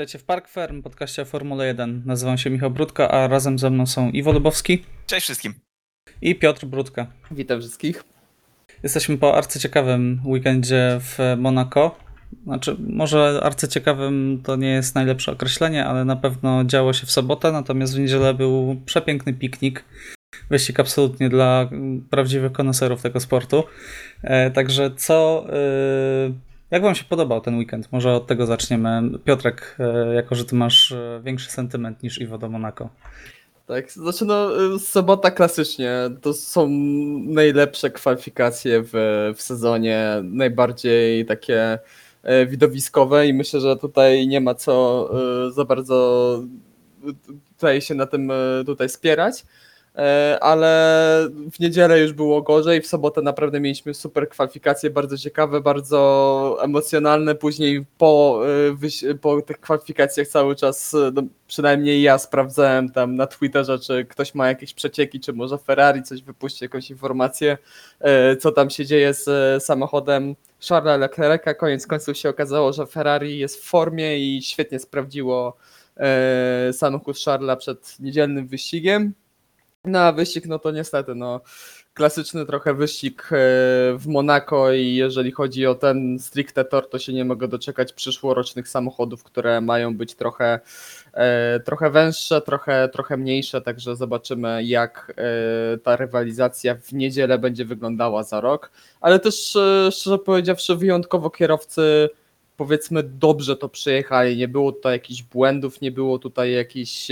Witajcie w Park Ferm, podcaście o Formule 1. Nazywam się Michał Brudka, a razem ze mną są Iwo Lubowski. Cześć wszystkim. I Piotr Brudka. Witam wszystkich. Jesteśmy po arcyciekawym weekendzie w Monako. Znaczy, może arcyciekawym to nie jest najlepsze określenie, ale na pewno działo się w sobotę, natomiast w niedzielę był przepiękny piknik. Wyścig absolutnie dla prawdziwych koneserów tego sportu. Także jak wam się podobał ten weekend? Może od tego zaczniemy. Piotrek, jako że ty masz większy sentyment niż Iwo do Monako. Tak, sobota klasycznie. To są najlepsze kwalifikacje w sezonie, najbardziej takie widowiskowe i myślę, że tutaj nie ma co za bardzo tutaj się na tym tutaj spierać. Ale w niedzielę już było gorzej, w sobotę naprawdę mieliśmy super kwalifikacje, bardzo ciekawe, bardzo emocjonalne, później po tych kwalifikacjach cały czas, no, przynajmniej ja sprawdzałem tam na Twitterze, czy ktoś ma jakieś przecieki, czy może Ferrari coś wypuści, jakąś informację, co tam się dzieje z samochodem Charlesa Leclerca. Koniec końców się okazało, że Ferrari jest w formie i świetnie sprawdziło samochód Charlesa przed niedzielnym wyścigiem. Na wyścig, no to niestety, no klasyczny trochę wyścig w Monako i jeżeli chodzi o ten stricte tor, to się nie mogę doczekać przyszłorocznych samochodów, które mają być trochę węższe, trochę mniejsze, także zobaczymy jak ta rywalizacja w niedzielę będzie wyglądała za rok, ale też szczerze powiedziawszy wyjątkowo kierowcy powiedzmy dobrze to przejechali, nie było tutaj jakichś błędów, nie było tutaj jakichś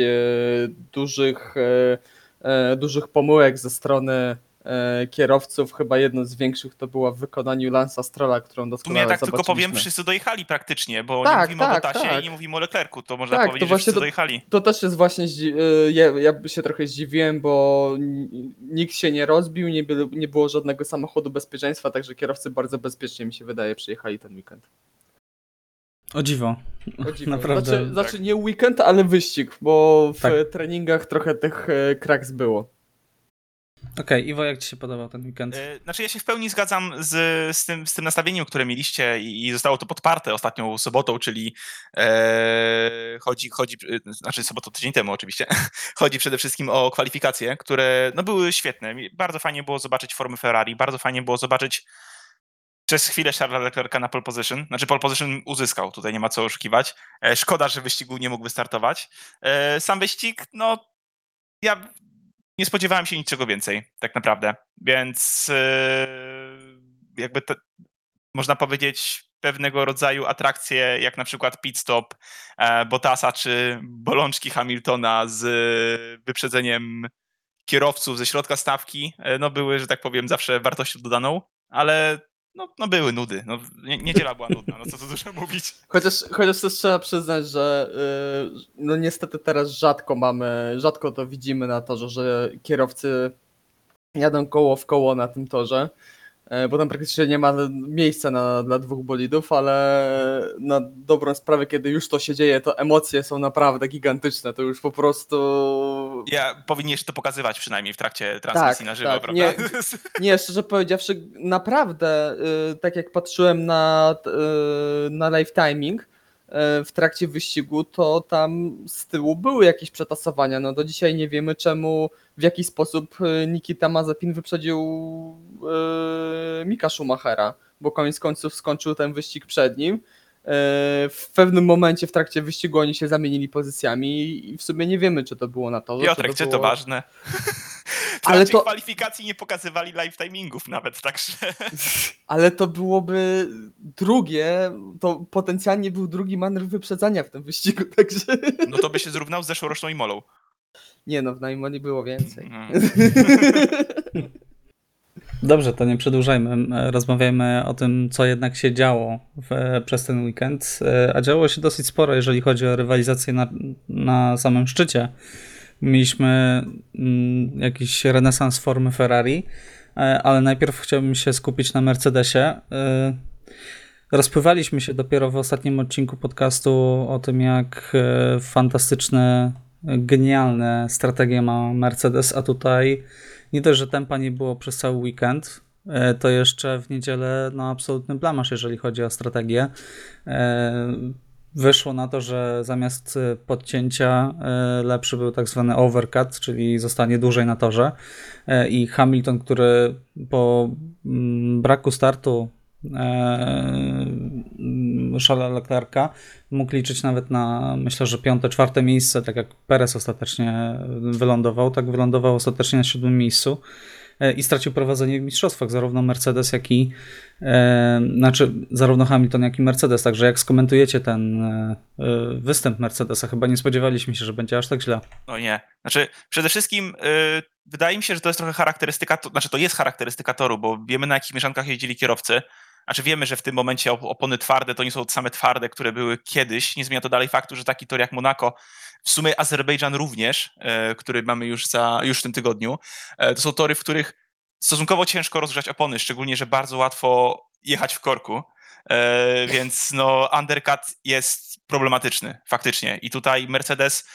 dużych pomyłek ze strony kierowców. Chyba jedną z większych to była w wykonaniu Lance'a Strolla, którą doskonale tak zobaczyliśmy. tylko powiem, wszyscy dojechali praktycznie, bo Tak, nie mówimy o tak, Bottasie tak. i nie mówimy o Leclercu, to można Tak, powiedzieć, to że wszyscy właśnie dojechali. To też jest właśnie, ja się trochę zdziwiłem, bo nikt się nie rozbił, nie było żadnego samochodu bezpieczeństwa, także kierowcy bardzo bezpiecznie, mi się wydaje, przyjechali ten weekend. O dziwo. O dziwo. Naprawdę. Znaczy nie weekend, ale wyścig, bo w Tak. treningach trochę tych kraks było. Okej, Iwo, jak ci się podobał ten weekend? Znaczy ja się w pełni zgadzam z tym nastawieniem, które mieliście i zostało to podparte ostatnią sobotą, czyli znaczy sobotą tydzień temu oczywiście, chodzi przede wszystkim o kwalifikacje, które no, były świetne. Bardzo fajnie było zobaczyć formy Ferrari, bardzo fajnie było zobaczyć przez chwilę Charlesa Leclerca na pole position. Znaczy pole position uzyskał, tutaj nie ma co oszukiwać. Szkoda, że wyścigu nie mógł wystartować. Sam wyścig, no ja nie spodziewałem się niczego więcej, tak naprawdę. Więc jakby można powiedzieć pewnego rodzaju atrakcje, jak na przykład pit stop Bottasa czy bolączki Hamiltona z wyprzedzeniem kierowców ze środka stawki, no były, że tak powiem, zawsze wartością dodaną, ale no były nudy. No, niedziela była nudna, no co tu dużo mówić. Chociaż też trzeba przyznać, że no niestety teraz rzadko to widzimy na torze, że kierowcy jadą koło w koło na tym torze, bo tam praktycznie nie ma miejsca dla dwóch bolidów, ale na dobrą sprawę, kiedy już to się dzieje, to emocje są naprawdę gigantyczne, to już po prostu... Powinieneś to pokazywać przynajmniej w trakcie transmisji na żywo, tak. prawda? Nie, szczerze powiedziawszy, naprawdę, tak jak patrzyłem na live timing w trakcie wyścigu, to tam z tyłu były jakieś przetasowania. No do dzisiaj nie wiemy w jaki sposób Nikita Mazepin wyprzedził Mika Schumachera, bo koniec końców skończył ten wyścig przed nim. W pewnym momencie w trakcie wyścigu oni się zamienili pozycjami i w sumie nie wiemy, czy to było na torze. Piotrek, czy to ważne? Ale to kwalifikacji nie pokazywali live timingów nawet, także... Ale to byłoby to potencjalnie był drugi manewr wyprzedzania w tym wyścigu, także... No to by się zrównał z zeszłoroczną Imolą. Nie no, w Naimoli było więcej. Dobrze, to nie przedłużajmy. Rozmawiajmy o tym, co jednak się działo przez ten weekend. A działo się dosyć sporo, jeżeli chodzi o rywalizację na samym szczycie. Mieliśmy jakiś renesans formy Ferrari, ale najpierw chciałbym się skupić na Mercedesie. Rozpływaliśmy się dopiero w ostatnim odcinku podcastu o tym, jak fantastyczne, genialne strategie ma Mercedes, a tutaj nie dość, że tempa nie było przez cały weekend, to jeszcze w niedzielę no absolutny blamaż, jeżeli chodzi o strategię. wyszło na to, że zamiast podcięcia lepszy był tak zwany overcut, czyli zostanie dłużej na torze i Hamilton, który po braku startu Charlesa Leclerca mógł liczyć nawet na, myślę, że 5., 4. miejsce, tak jak Perez ostatecznie wylądował, tak wylądował ostatecznie na 7. miejscu i stracił prowadzenie w mistrzostwach, zarówno Mercedes, jak i zarówno Hamilton, jak i Mercedes. Także jak skomentujecie ten występ Mercedesa? Chyba nie spodziewaliśmy się, że będzie aż tak źle. No nie. Znaczy, przede wszystkim wydaje mi się, że to jest trochę charakterystyka, to jest charakterystyka toru, bo wiemy, na jakich mieszankach jeździli kierowcy. Znaczy wiemy, że w tym momencie opony twarde to nie są same twarde, które były kiedyś. Nie zmienia to dalej faktu, że taki tor jak Monako, w sumie Azerbejdżan również, który mamy już w tym tygodniu, to są tory, w których stosunkowo ciężko rozgrzać opony, szczególnie, że bardzo łatwo jechać w korku. Więc no undercut jest problematyczny faktycznie i tutaj Mercedes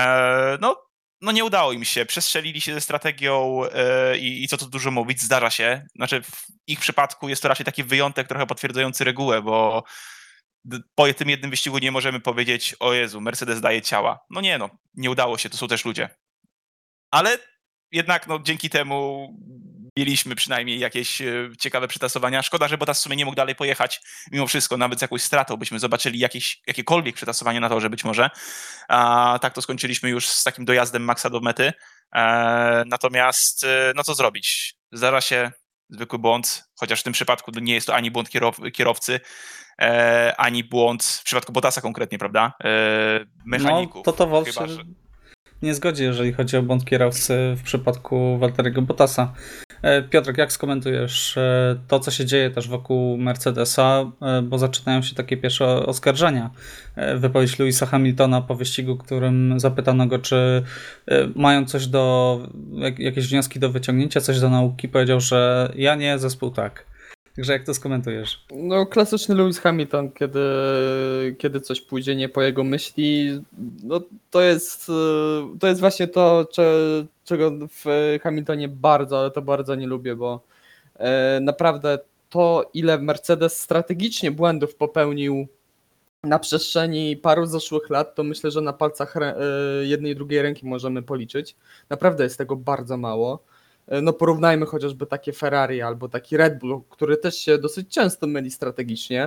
no nie udało im się, przestrzelili się ze strategią i co tu dużo mówić, zdarza się. Znaczy w ich przypadku jest to raczej taki wyjątek trochę potwierdzający regułę, bo po tym jednym wyścigu nie możemy powiedzieć, o Jezu, Mercedes daje ciała. No nie udało się, to są też ludzie. Ale jednak dzięki temu mieliśmy przynajmniej jakieś ciekawe przetasowania. Szkoda, że Bottas w sumie nie mógł dalej pojechać mimo wszystko, nawet z jakąś stratą byśmy zobaczyli jakiekolwiek przetasowanie na torze być może. A tak to skończyliśmy już z takim dojazdem Maxa do mety. Natomiast no co zrobić? Zdarza się zwykły błąd, chociaż w tym przypadku nie jest to ani błąd kierowcy, ani błąd w przypadku Bottasa konkretnie, prawda? Mechaników. No, to Wolf się nie zgodzi, jeżeli chodzi o błąd kierowcy w przypadku Valtteriego Bottasa. Piotrek, jak skomentujesz to, co się dzieje też wokół Mercedesa, bo zaczynają się takie pierwsze oskarżenia. Wypowiedź Lewisa Hamiltona po wyścigu, którym zapytano go, czy mają coś jakieś wnioski do wyciągnięcia, coś do nauki, powiedział, że ja nie, zespół tak. Także jak to skomentujesz? No, klasyczny Lewis Hamilton, kiedy coś pójdzie nie po jego myśli, no to jest właśnie to, czego w Hamiltonie bardzo, ale to bardzo nie lubię, bo naprawdę to, ile Mercedes strategicznie błędów popełnił na przestrzeni paru zeszłych lat, to myślę, że na palcach jednej i drugiej ręki możemy policzyć. Naprawdę jest tego bardzo mało. No porównajmy chociażby takie Ferrari albo taki Red Bull, który też się dosyć często myli strategicznie.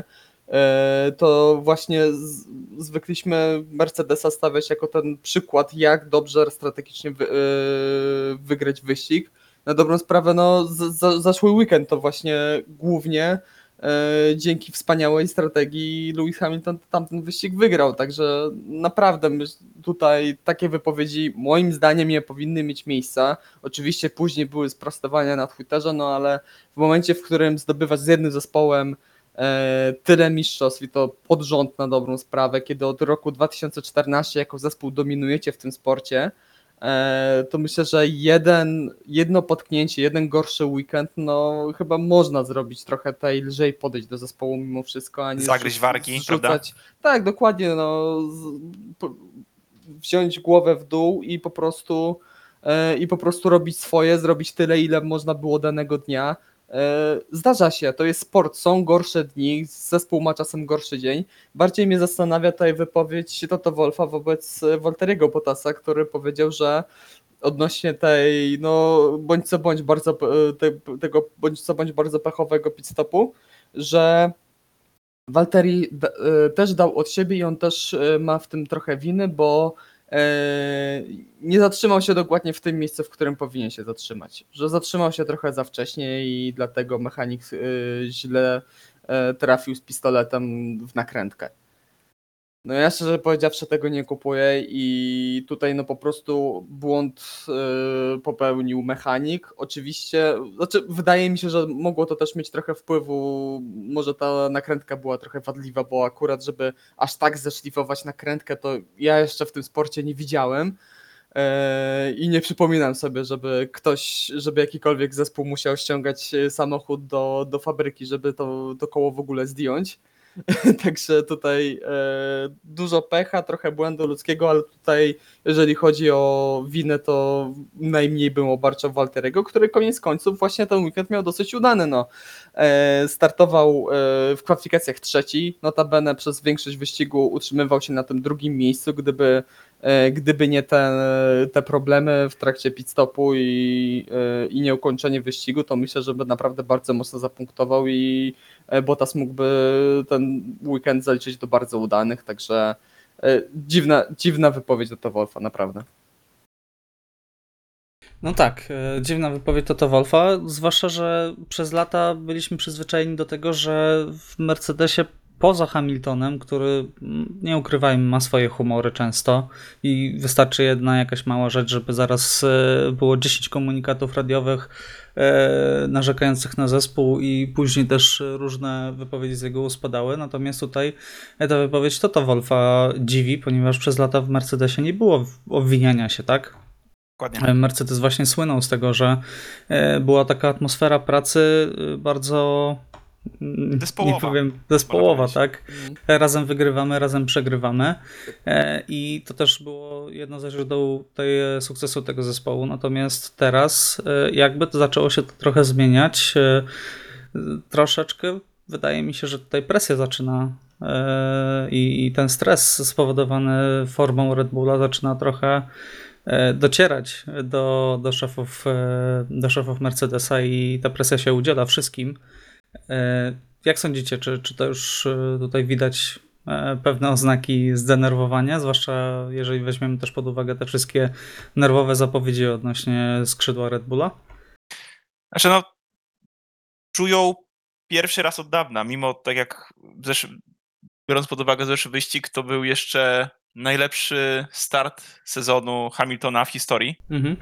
To właśnie zwykliśmy Mercedesa stawiać jako ten przykład, jak dobrze strategicznie wygrać wyścig. Na dobrą sprawę, no zeszły weekend to właśnie głównie dzięki wspaniałej strategii Lewis Hamilton tamten wyścig wygrał, także naprawdę tutaj takie wypowiedzi moim zdaniem nie powinny mieć miejsca. Oczywiście później były sprostowania na Twitterze, no ale w momencie, w którym zdobywasz z jednym zespołem tyle mistrzostw i to pod rząd na dobrą sprawę, kiedy od roku 2014 jako zespół dominujecie w tym sporcie, to myślę, że jedno potknięcie, jeden gorszy weekend, no chyba można zrobić trochę tej lżej podejść do zespołu mimo wszystko, a nie zagryźć wargi, prawda? Tak, dokładnie, wziąć głowę w dół i po prostu robić swoje, zrobić tyle, ile można było danego dnia. Zdarza się, to jest sport, są gorsze dni, zespół ma czasem gorszy dzień. Bardziej mnie zastanawia tutaj wypowiedź Toto Wolffa wobec Valtteriego Bottasa, który powiedział, że odnośnie tej, bądź co bądź bardzo pechowego pit stopu, że Valtteri też dał od siebie i on też ma w tym trochę winy, bo nie zatrzymał się dokładnie w tym miejscu, w którym powinien się zatrzymać. Że zatrzymał się trochę za wcześnie i dlatego mechanik źle trafił z pistoletem w nakrętkę. No ja szczerze powiedziawszy tego nie kupuję i tutaj po prostu błąd popełnił mechanik. Oczywiście, wydaje mi się, że mogło to też mieć trochę wpływu, może ta nakrętka była trochę wadliwa, bo akurat żeby aż tak zeszlifować nakrętkę, to ja jeszcze w tym sporcie nie widziałem i nie przypominam sobie, żeby jakikolwiek zespół musiał ściągać samochód do fabryki, żeby to koło w ogóle zdjąć. Także tutaj dużo pecha, trochę błędu ludzkiego, ale tutaj jeżeli chodzi o winę, to najmniej bym obarczał Walteriego, który koniec końców właśnie ten weekend miał dosyć udany. No. Startował w kwalifikacjach trzeci, notabene przez większość wyścigu utrzymywał się na tym drugim miejscu, gdyby nie te problemy w trakcie pit stopu i nieukończenie wyścigu, to myślę, że by naprawdę bardzo mocno zapunktował i Bottas mógłby ten weekend zaliczyć do bardzo udanych, także dziwna wypowiedź Toto Wolffa, naprawdę. No tak, dziwna wypowiedź Toto Wolffa, zwłaszcza, że przez lata byliśmy przyzwyczajeni do tego, że w Mercedesie poza Hamiltonem, który, nie ukrywajmy, ma swoje humory często i wystarczy jedna jakaś mała rzecz, żeby zaraz było 10 komunikatów radiowych narzekających na zespół i później też różne wypowiedzi z jego ust padały. Natomiast tutaj ta wypowiedź Toto Wolffa dziwi, ponieważ przez lata w Mercedesie nie było obwiniania się, tak? Dokładnie. Mercedes właśnie słynął z tego, że była taka atmosfera pracy bardzo Zespołowa. nie powiem, zespołowa, Można tak? Razem wygrywamy, razem przegrywamy i to też było jedno ze źródeł sukcesu tego zespołu. Natomiast teraz jakby to zaczęło się to trochę zmieniać. Troszeczkę wydaje mi się, że tutaj presja zaczyna i ten stres spowodowany formą Red Bulla zaczyna trochę docierać do szefów Mercedesa i ta presja się udziela wszystkim. Jak sądzicie, czy to już tutaj widać pewne oznaki zdenerwowania, zwłaszcza jeżeli weźmiemy też pod uwagę te wszystkie nerwowe zapowiedzi odnośnie skrzydła Red Bulla? Znaczy no, czują pierwszy raz od dawna, mimo tak jak biorąc pod uwagę zeszły wyścig, to był jeszcze najlepszy start sezonu Hamiltona w historii.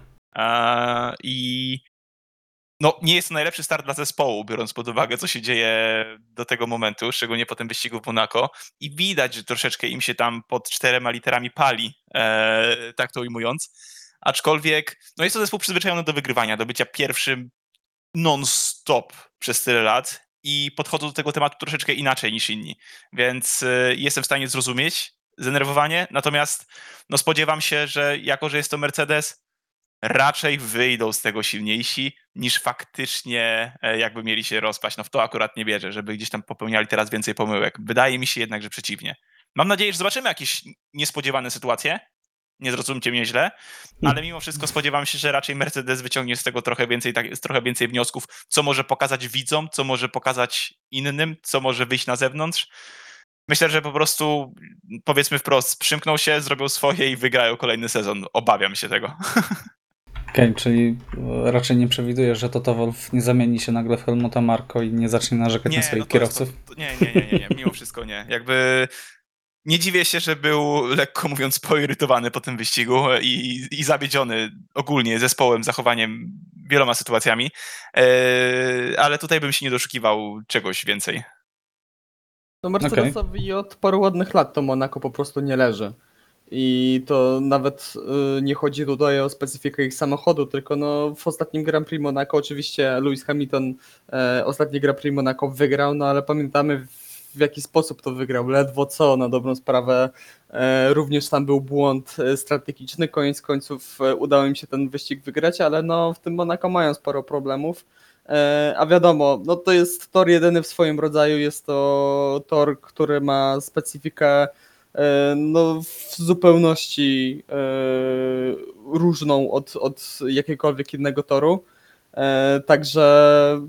I no, nie jest to najlepszy start dla zespołu, biorąc pod uwagę, co się dzieje do tego momentu, szczególnie po tym wyścigu w Monaco. I widać, że troszeczkę im się tam pod 4 literami pali, tak to ujmując. Aczkolwiek no jest to zespół przyzwyczajony do wygrywania, do bycia pierwszym non-stop przez tyle lat i podchodzą do tego tematu troszeczkę inaczej niż inni. Więc jestem w stanie zrozumieć zdenerwowanie, natomiast no, spodziewam się, że jako, że jest to Mercedes, raczej wyjdą z tego silniejsi, niż faktycznie jakby mieli się rozpaść. No w to akurat nie wierzę, żeby gdzieś tam popełniali teraz więcej pomyłek. Wydaje mi się jednak, że przeciwnie. Mam nadzieję, że zobaczymy jakieś niespodziewane sytuacje. Nie zrozumcie mnie źle, ale mimo wszystko spodziewam się, że raczej Mercedes wyciągnie z tego trochę więcej wniosków, co może pokazać widzom, co może pokazać innym, co może wyjść na zewnątrz. Myślę, że po prostu, powiedzmy wprost, przymkną się, zrobią swoje i wygrają kolejny sezon. Obawiam się tego. Okej, czyli raczej nie przewidujesz, że Toto Wolff nie zamieni się nagle w Helmuta Marko i nie zacznie narzekać na swoich kierowców? Nie, mimo wszystko nie. Jakby nie dziwię się, że był lekko mówiąc poirytowany po tym wyścigu i zawiedziony ogólnie zespołem, zachowaniem, wieloma sytuacjami, ale tutaj bym się nie doszukiwał czegoś więcej. No Mercedesowi od paru ładnych lat to Monaco po prostu nie leży. I to nawet nie chodzi tutaj o specyfikę ich samochodu, tylko no w ostatnim Grand Prix Monaco oczywiście Lewis Hamilton ostatni Grand Prix Monaco wygrał, no ale pamiętamy w jaki sposób to wygrał, ledwo co, na dobrą sprawę również tam był błąd strategiczny, koniec końców udało im się ten wyścig wygrać, ale no w tym Monaco mają sporo problemów. A wiadomo, no to jest tor jedyny w swoim rodzaju, jest to tor, który ma specyfikę no, w zupełności różną od jakiegokolwiek innego toru. Także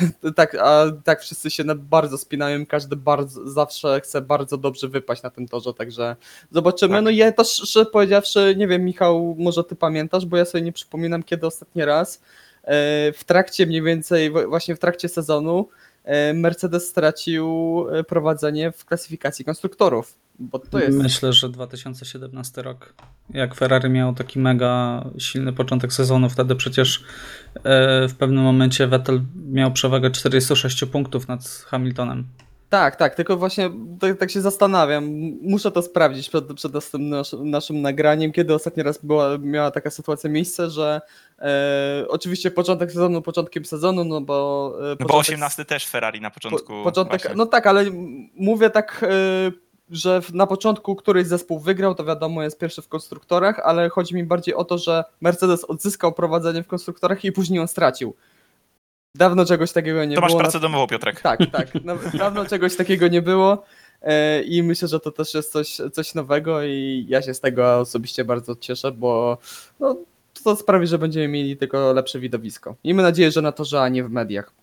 tak wszyscy się bardzo spinają, każdy zawsze chce bardzo dobrze wypaść na tym torze, także zobaczymy. Tak. No i ja też szczerze powiedziawszy, nie wiem Michał, może ty pamiętasz, bo ja sobie nie przypominam kiedy ostatni raz w trakcie mniej więcej, właśnie w trakcie sezonu Mercedes stracił prowadzenie w klasyfikacji konstruktorów, bo to jest... Myślę, że 2017 rok, jak Ferrari miał taki mega silny początek sezonu, wtedy przecież w pewnym momencie Vettel miał przewagę 46 punktów nad Hamiltonem. Tak, tylko właśnie tak się zastanawiam. Muszę to sprawdzić przed naszym nagraniem, kiedy ostatni raz miała taka sytuacja miejsce, że oczywiście początek sezonu początkiem sezonu, no bo... No bo 18 też Ferrari na początku. Początek, właśnie. no tak, ale mówię tak, że na początku któryś zespół wygrał, to wiadomo jest pierwszy w konstruktorach, ale chodzi mi bardziej o to, że Mercedes odzyskał prowadzenie w konstruktorach i później on stracił. Dawno czegoś takiego nie To było. masz pracę domową, Piotrek. Tak. No, dawno czegoś takiego nie było i myślę, że to też jest coś nowego i ja się z tego osobiście bardzo cieszę, bo no, to sprawi, że będziemy mieli tylko lepsze widowisko. Miejmy nadzieję, że na torze, a nie w mediach.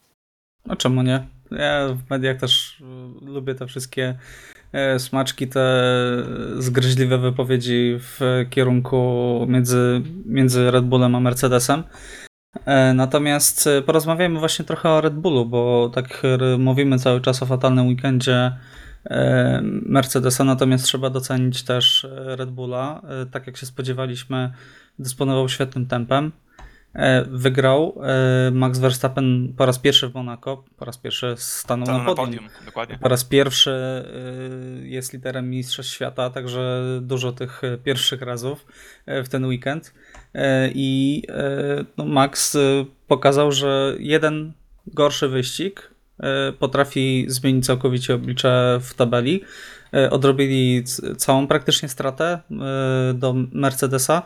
No czemu nie? Ja w mediach też lubię te wszystkie smaczki, te zgryźliwe wypowiedzi w kierunku między Red Bullem a Mercedesem. Natomiast porozmawiajmy właśnie trochę o Red Bullu, bo tak mówimy cały czas o fatalnym weekendzie Mercedesa, natomiast trzeba docenić też Red Bulla. Tak jak się spodziewaliśmy, dysponował świetnym tempem. Wygrał Max Verstappen po raz pierwszy w Monaco, po raz pierwszy stanął na podium. Dokładnie. Po raz pierwszy jest liderem Mistrzostw Świata, także dużo tych pierwszych razów w ten weekend. I no Max pokazał, że jeden gorszy wyścig potrafi zmienić całkowicie oblicze w tabeli. Odrobili całą praktycznie stratę do Mercedesa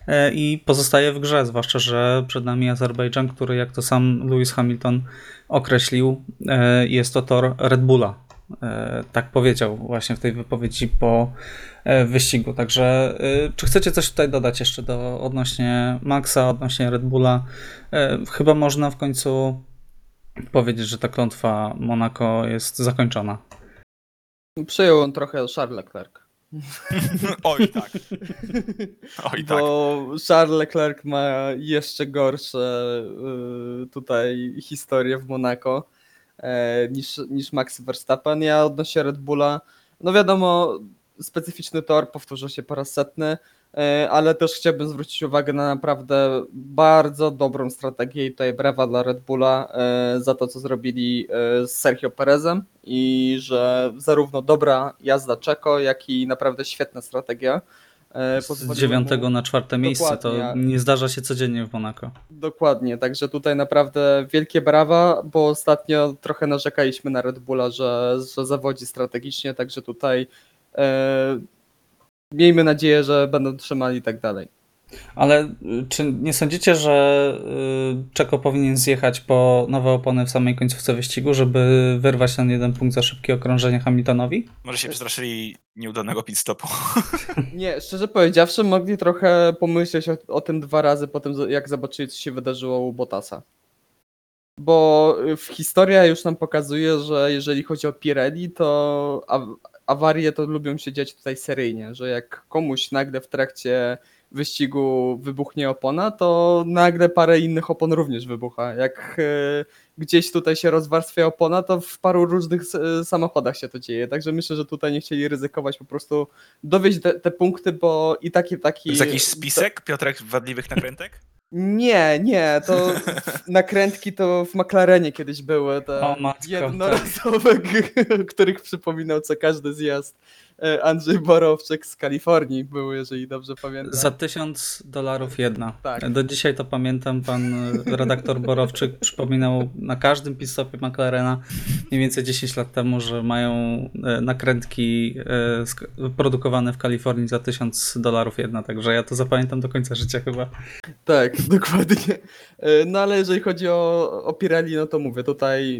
i pozostaje w grze, zwłaszcza, że przed nami Azerbejdżan, który, jak to sam Lewis Hamilton określił, jest to tor Red Bulla. Tak powiedział właśnie w tej wypowiedzi po wyścigu. Także czy chcecie coś tutaj dodać jeszcze odnośnie Maxa, odnośnie Red Bulla? Chyba można w końcu powiedzieć, że ta klątwa Monaco jest zakończona. Przyjął on trochę Charles Leclerc. Oj tak. Oj tak. Bo Charles Leclerc ma jeszcze gorsze tutaj historie w Monaco niż Max Verstappen. Ja odnośnie Red Bulla, no wiadomo, specyficzny tor, powtórzę się po raz setny, ale też chciałbym zwrócić uwagę na naprawdę bardzo dobrą strategię i tutaj brawa dla Red Bulla za to, co zrobili z Sergio Perezem i że zarówno dobra jazda Checo, jak i naprawdę świetna strategia. Z 9 na 4 miejsce, to Dokładnie. nie zdarza się codziennie w Monaco. Dokładnie, także tutaj naprawdę wielkie brawa, bo ostatnio trochę narzekaliśmy na Red Bulla, że zawodzi strategicznie, także tutaj miejmy nadzieję, że będą trzymali tak dalej. Ale czy nie sądzicie, że Checo powinien zjechać po nowe opony w samej końcówce wyścigu, żeby wyrwać ten jeden punkt za szybkie okrążenie Hamiltonowi? Może się przestraszyli nieudanego pit stopu. Nie, szczerze powiedziawszy, mogli trochę pomyśleć o tym 2 razy po tym, jak zobaczyli, co się wydarzyło u Bottasa. Bo historia już nam pokazuje, że jeżeli chodzi o Pirelli, to awarie to lubią się dziać tutaj seryjnie, że jak komuś nagle w trakcie wyścigu wybuchnie opona, to nagle parę innych opon również wybucha. Jak gdzieś tutaj się rozwarstwia opona, to w paru różnych samochodach się to dzieje. Także myślę, że tutaj nie chcieli ryzykować, po prostu dowieźć te punkty, bo i taki... Jest jakiś spisek, Piotrek, wadliwych nakrętek? Nie, to nakrętki to w McLarenie kiedyś były, te O matko, jednorazowe, których przypominał co każdy zjazd Andrzej Borowczyk z Kalifornii były, jeżeli dobrze pamiętam. Za $1000 jedna. Tak. Do dzisiaj to pamiętam, pan redaktor Borowczyk przypominał na każdym pit-stopie McLarena mniej więcej 10 lat temu, że mają nakrętki produkowane w Kalifornii za $1000 jedna, także ja to zapamiętam do końca życia chyba. Tak, dokładnie. No ale jeżeli chodzi o Pirelli, no to mówię, tutaj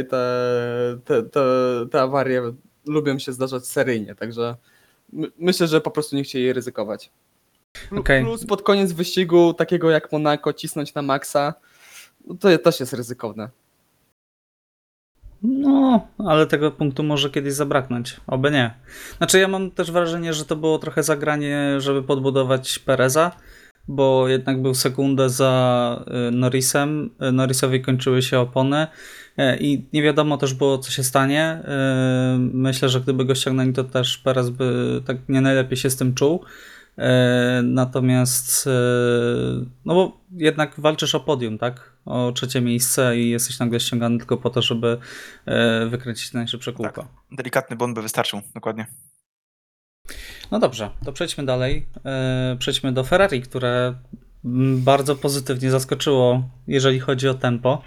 te awarie lubią się zdarzać seryjnie, także myślę, że po prostu nie chcieli ryzykować. Okay. Plus pod koniec wyścigu, takiego jak Monaco, cisnąć na maksa, no to też jest ryzykowne. No, ale tego punktu może kiedyś zabraknąć. Oby nie. Znaczy ja mam też wrażenie, że to było trochę zagranie, żeby podbudować Pereza, bo jednak był sekundę za Norrisem. Norrisowi kończyły się opony i nie wiadomo też było, co się stanie. Myślę, że gdyby go ściągnęli, to też Perez by tak nie najlepiej się z tym czuł. Natomiast no bo jednak walczysz o podium, tak? O trzecie miejsce i jesteś nagle ściągany tylko po to, żeby wykręcić najszybsze kółko. Tak. Delikatny błąd by wystarczył, dokładnie. No dobrze, to przejdźmy dalej. Przejdźmy do Ferrari, które bardzo pozytywnie zaskoczyło, jeżeli chodzi o tempo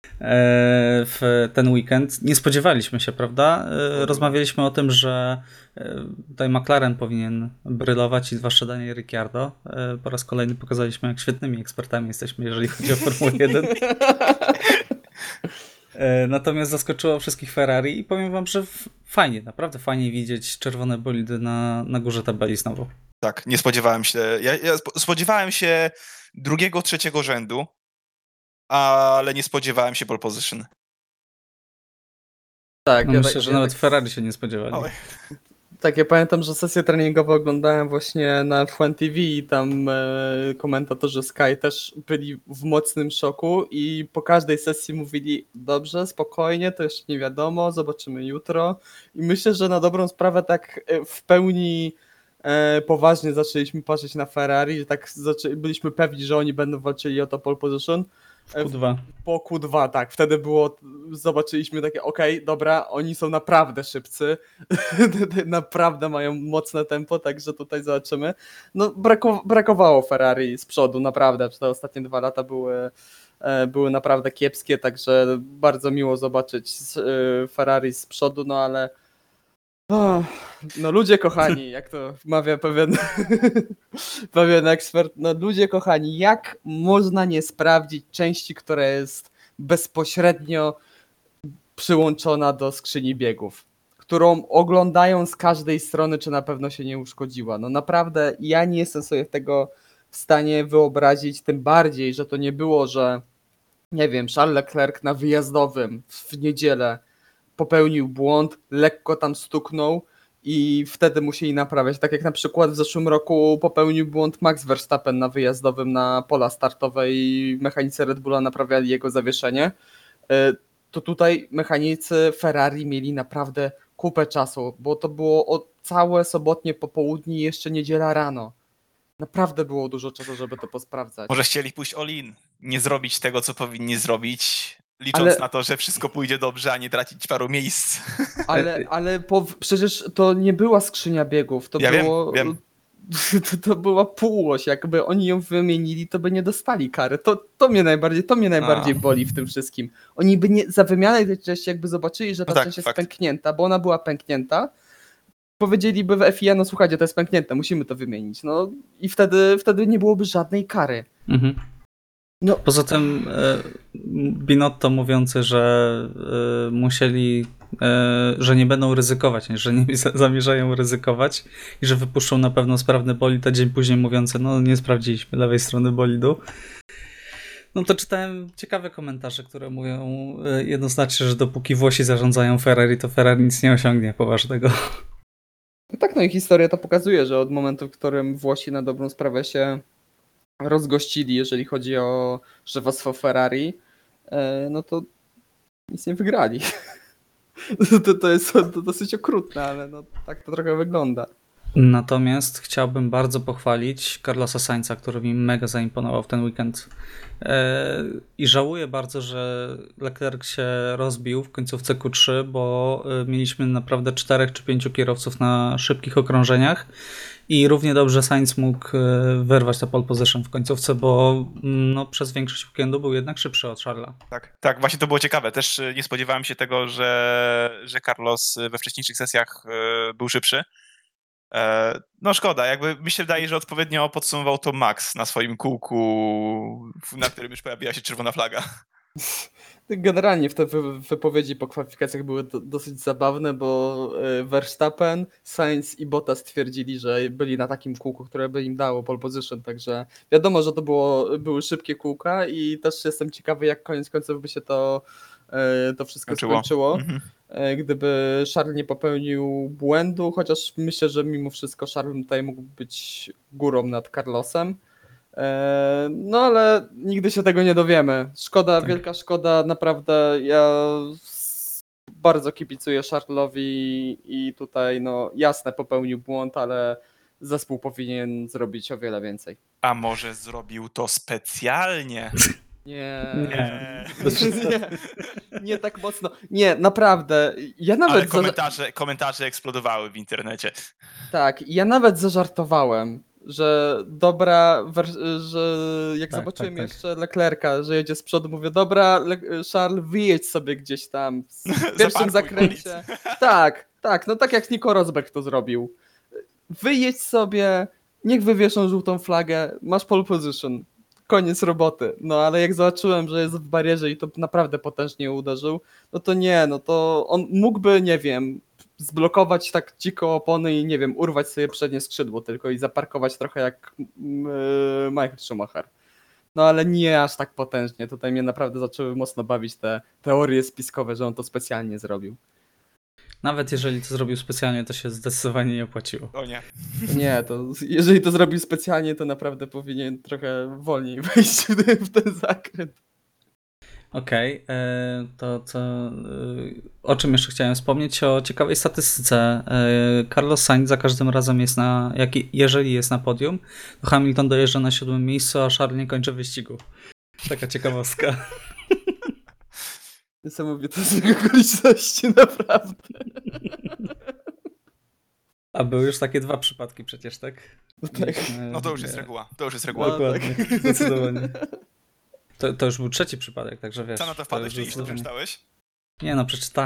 w ten weekend. Nie spodziewaliśmy się, prawda? Rozmawialiśmy o tym, że tutaj McLaren powinien brylować i zwłaszcza Daniel Ricciardo. Po raz kolejny pokazaliśmy, jak świetnymi ekspertami jesteśmy, jeżeli chodzi o Formułę 1. Natomiast zaskoczyło wszystkich Ferrari i powiem wam, że fajnie, naprawdę fajnie widzieć czerwone bolidy na górze tabeli znowu. Tak, nie spodziewałem się. Ja spodziewałem się drugiego, trzeciego rzędu, ale nie spodziewałem się pole position. Tak, No ja myślę, tak- że ja nawet tak- Ferrari się nie spodziewali. Oj. Tak, ja pamiętam, że sesję treningową oglądałem właśnie na F1 TV i tam komentatorzy Sky też byli w mocnym szoku i po każdej sesji mówili: dobrze, spokojnie, to jeszcze nie wiadomo, zobaczymy jutro. I myślę, że na dobrą sprawę tak w pełni poważnie zaczęliśmy patrzeć na Ferrari, że tak byliśmy pewni, że oni będą walczyli o to pole position. Q2. Po Q2, tak, wtedy zobaczyliśmy takie, okej, dobra, oni są naprawdę szybcy, naprawdę mają mocne tempo, także tutaj zobaczymy. No brakowało Ferrari z przodu, naprawdę, te ostatnie 2 lata były naprawdę kiepskie, także bardzo miło zobaczyć Ferrari z przodu, no ale no ludzie kochani, jak to mawia pewien ekspert, no ludzie kochani, jak można nie sprawdzić części, która jest bezpośrednio przyłączona do skrzyni biegów, którą oglądają z każdej strony, czy na pewno się nie uszkodziła. No naprawdę ja nie jestem sobie tego w stanie wyobrazić, tym bardziej, że to nie było, że nie wiem, Charles Leclerc na wyjazdowym w niedzielę popełnił błąd, lekko tam stuknął i wtedy musieli naprawiać. Tak jak na przykład w zeszłym roku popełnił błąd Max Verstappen na wyjazdowym na pola startowe i mechanicy Red Bulla naprawiali jego zawieszenie. To tutaj mechanicy Ferrari mieli naprawdę kupę czasu, bo to było całe sobotnie popołudnie i jeszcze niedziela rano. Naprawdę było dużo czasu, żeby to posprawdzać. Może chcieli pójść all-in, nie zrobić tego, co powinni zrobić, licząc na to, że wszystko pójdzie dobrze, a nie tracić paru miejsc. Ale przecież to nie była skrzynia biegów, to Ja było... wiem. To była półoś, jakby oni ją wymienili, to by nie dostali kary. To mnie najbardziej boli w tym wszystkim. Oni by nie, za wymianę tej części jakby zobaczyli, że ta No tak, część jest fakt. pęknięta, bo ona była pęknięta, powiedzieliby w FIA, no słuchajcie, to jest pęknięte, musimy to wymienić. No i wtedy nie byłoby żadnej kary. Mhm. No. Poza tym Binotto mówiący, że musieli, że nie będą ryzykować, że nie zamierzają ryzykować i że wypuszczą na pewno sprawny bolid, a dzień później mówiący, no nie sprawdziliśmy lewej strony bolidu. No to czytałem ciekawe komentarze, które mówią jednoznacznie, że dopóki Włosi zarządzają Ferrari, to Ferrari nic nie osiągnie poważnego. No tak, no i historia to pokazuje, że od momentu, w którym Włosi na dobrą sprawę się rozgościli, jeżeli chodzi o szefostwo Ferrari, no to nic nie wygrali. To jest dosyć okrutne, ale no tak to trochę wygląda. Natomiast chciałbym bardzo pochwalić Carlosa Sainza, który mi mega zaimponował w ten weekend. I żałuję bardzo, że Leclerc się rozbił w końcówce Q3, bo mieliśmy naprawdę 4 czy 5 kierowców na szybkich okrążeniach i równie dobrze Sainz mógł wyrwać ta pole position w końcówce, bo no, przez większość weekendu był jednak szybszy od Charlesa. Tak, właśnie to było ciekawe. Też nie spodziewałem się tego, że Carlos we wcześniejszych sesjach był szybszy. No szkoda, jakby mi się wydaje, że odpowiednio podsumował to Max na swoim kółku, na którym już pojawiła się czerwona flaga. Generalnie te wypowiedzi po kwalifikacjach były dosyć zabawne, bo Verstappen, Sainz i Bottas stwierdzili, że byli na takim kółku, które by im dało pole position, także wiadomo, że to były szybkie kółka i też jestem ciekawy, jak koniec końców by się to wszystko skończyło. Mhm. Gdyby Charles nie popełnił błędu, chociaż myślę, że mimo wszystko Charles tutaj mógł być górą nad Carlosem. No ale nigdy się tego nie dowiemy. Szkoda, Tak. Wielka szkoda, naprawdę. Ja bardzo kibicuję Charlesowi i tutaj no jasne popełnił błąd, ale zespół powinien zrobić o wiele więcej. A może zrobił to specjalnie? Nie. Nie. Nie tak mocno. Nie, naprawdę. Ja nawet Ale komentarze eksplodowały w internecie. Tak, ja nawet zażartowałem, że że jak Tak, zobaczyłem tak. jeszcze Leclerca, że jedzie z przodu, mówię, dobra, Charles, wyjedź sobie gdzieś tam w pierwszym Zaparkuj zakręcie. Tak, no tak jak Nico Rosberg to zrobił. Wyjedź sobie, niech wywieszą żółtą flagę, masz pole position. Koniec roboty. No ale jak zobaczyłem, że jest w barierze i to naprawdę potężnie uderzył, no to nie, no to on mógłby, nie wiem, zblokować tak dziko opony i nie wiem, urwać sobie przednie skrzydło tylko i zaparkować trochę jak Michael Schumacher. No ale nie aż tak potężnie. Tutaj mnie naprawdę zaczęły mocno bawić te teorie spiskowe, że on to specjalnie zrobił. Nawet jeżeli to zrobił specjalnie, to się zdecydowanie nie opłaciło. O nie. Nie, to jeżeli to zrobił specjalnie, to naprawdę powinien trochę wolniej wejść w ten zakręt. Okej, o czym jeszcze chciałem wspomnieć? O ciekawej statystyce. Carlos Sainz za każdym razem jest jeżeli jest na podium, to Hamilton dojeżdża na 7. miejscu, a Charles nie kończy wyścigu. Taka ciekawostka. Niesamowite zbieg okoliczności, naprawdę. A były już takie 2 przypadki przecież, tak? No tak. Mieliśmy- No to już jest reguła. To już jest reguła. No. Dokładnie, zdecydowanie. To już był 3. przypadek, także wiesz. Co na to wpadłeś, czy już iż to przeczytałeś? Nie no, przeczytałem.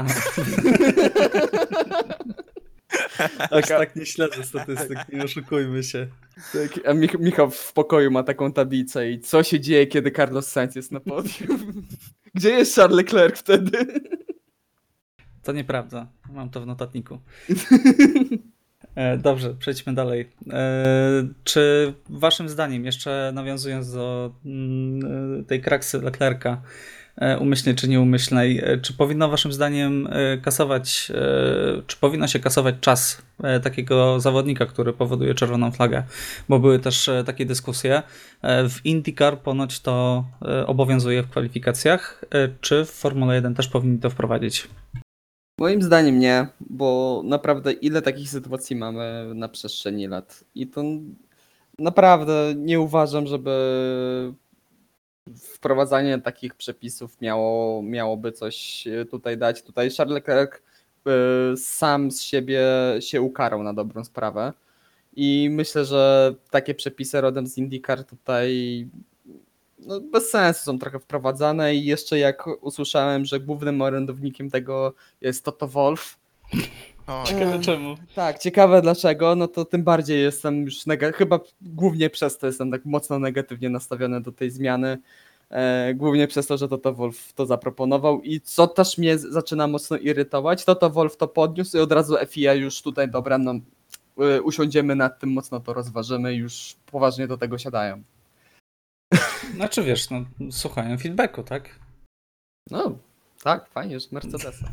Aż tak nie śledzę statystyk, nie oszukujmy się. Tak, a Michał w pokoju ma taką tablicę i co się dzieje, kiedy Carlos Sainz jest na podium? Gdzie jest Charles Leclerc wtedy? To nieprawda, mam to w notatniku. Dobrze, przejdźmy dalej. Czy waszym zdaniem, jeszcze nawiązując do tej kraksy Leclerca, umyślnej czy nieumyślnej, czy powinno waszym zdaniem czy powinno się kasować czas takiego zawodnika, który powoduje czerwoną flagę? Bo były też takie dyskusje. W IndyCar ponoć to obowiązuje w kwalifikacjach. Czy w Formule 1 też powinni to wprowadzić? Moim zdaniem nie, bo naprawdę ile takich sytuacji mamy na przestrzeni lat i to naprawdę nie uważam, żeby wprowadzanie takich przepisów miałoby coś tutaj dać. Tutaj Charles Leclerc sam z siebie się ukarał na dobrą sprawę i myślę, że takie przepisy rodem z IndyCar tutaj no, bez sensu są trochę wprowadzane i jeszcze jak usłyszałem, że głównym orędownikiem tego jest Toto Wolff. O, Czemu? Tak, ciekawe dlaczego, no to tym bardziej jestem już chyba głównie przez to jestem tak mocno negatywnie nastawiony do tej zmiany. Głównie przez to, że Toto Wolff to zaproponował i co też mnie zaczyna mocno irytować, Toto Wolff to podniósł i od razu FIA już tutaj, dobra, no usiądziemy nad tym, mocno to rozważymy, już poważnie do tego siadają. Znaczy wiesz, no słuchają feedbacku, tak? No, tak, fajnie, że Mercedesa.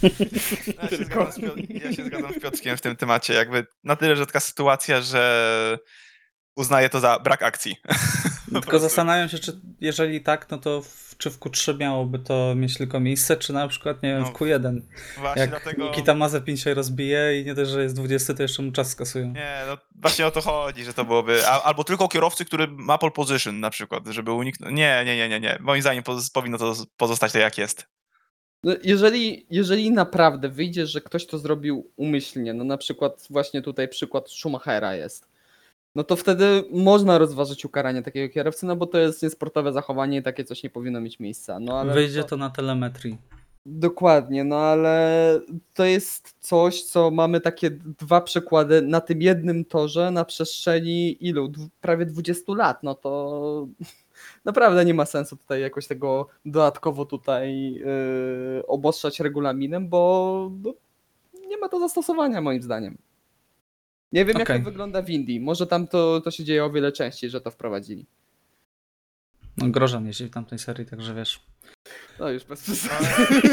Ja się zgadzam z Piotrkiem w tym temacie. Jakby na tyle rzadka sytuacja, że uznaję to za brak akcji. Tylko zastanawiam się, czy jeżeli tak, no to czy w Q3 miałoby to mieć tylko miejsce, czy na przykład, nie wiem, No, w Q1. Właśnie Jak dlatego... Nikita Mazepin się rozbije i nie dość, że jest 20, to jeszcze mu czas skasują. Nie, no właśnie o to chodzi, że to byłoby... Albo tylko kierowcy, który ma pole position na przykład, żeby uniknąć... Nie. Moim zdaniem powinno to pozostać tak, jak jest. No, jeżeli naprawdę wyjdzie, że ktoś to zrobił umyślnie, no na przykład właśnie tutaj przykład Schumachera jest, no to wtedy można rozważyć ukaranie takiego kierowcy, no bo to jest niesportowe zachowanie i takie coś nie powinno mieć miejsca. No, ale Wyjdzie to na telemetrii. Dokładnie, no ale to jest coś, co mamy takie 2 przykłady na tym jednym torze na przestrzeni ilu? Prawie 20 lat, no to naprawdę nie ma sensu tutaj jakoś tego dodatkowo tutaj obostrzać regulaminem, bo nie ma to zastosowania moim zdaniem. Nie wiem jak Okej. to wygląda w Indii, może tam to się dzieje o wiele częściej, że to wprowadzili. No Grożan jeździ w tamtej serii, także wiesz. No już bez przesady.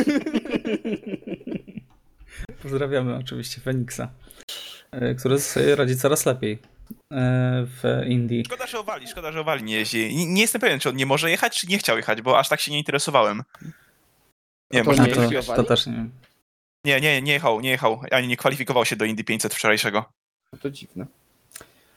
Pozdrawiamy oczywiście Feniksa, który sobie radzi coraz lepiej w Indii. Szkoda, że Owali nie jeździ. Nie jestem pewien, czy on nie może jechać, czy nie chciał jechać, bo aż tak się nie interesowałem. Nie, to może nie nie jeździ jechać. Owali? To też nie wiem. Nie jechał, ani nie kwalifikował się do Indy 500 wczorajszego. To dziwne.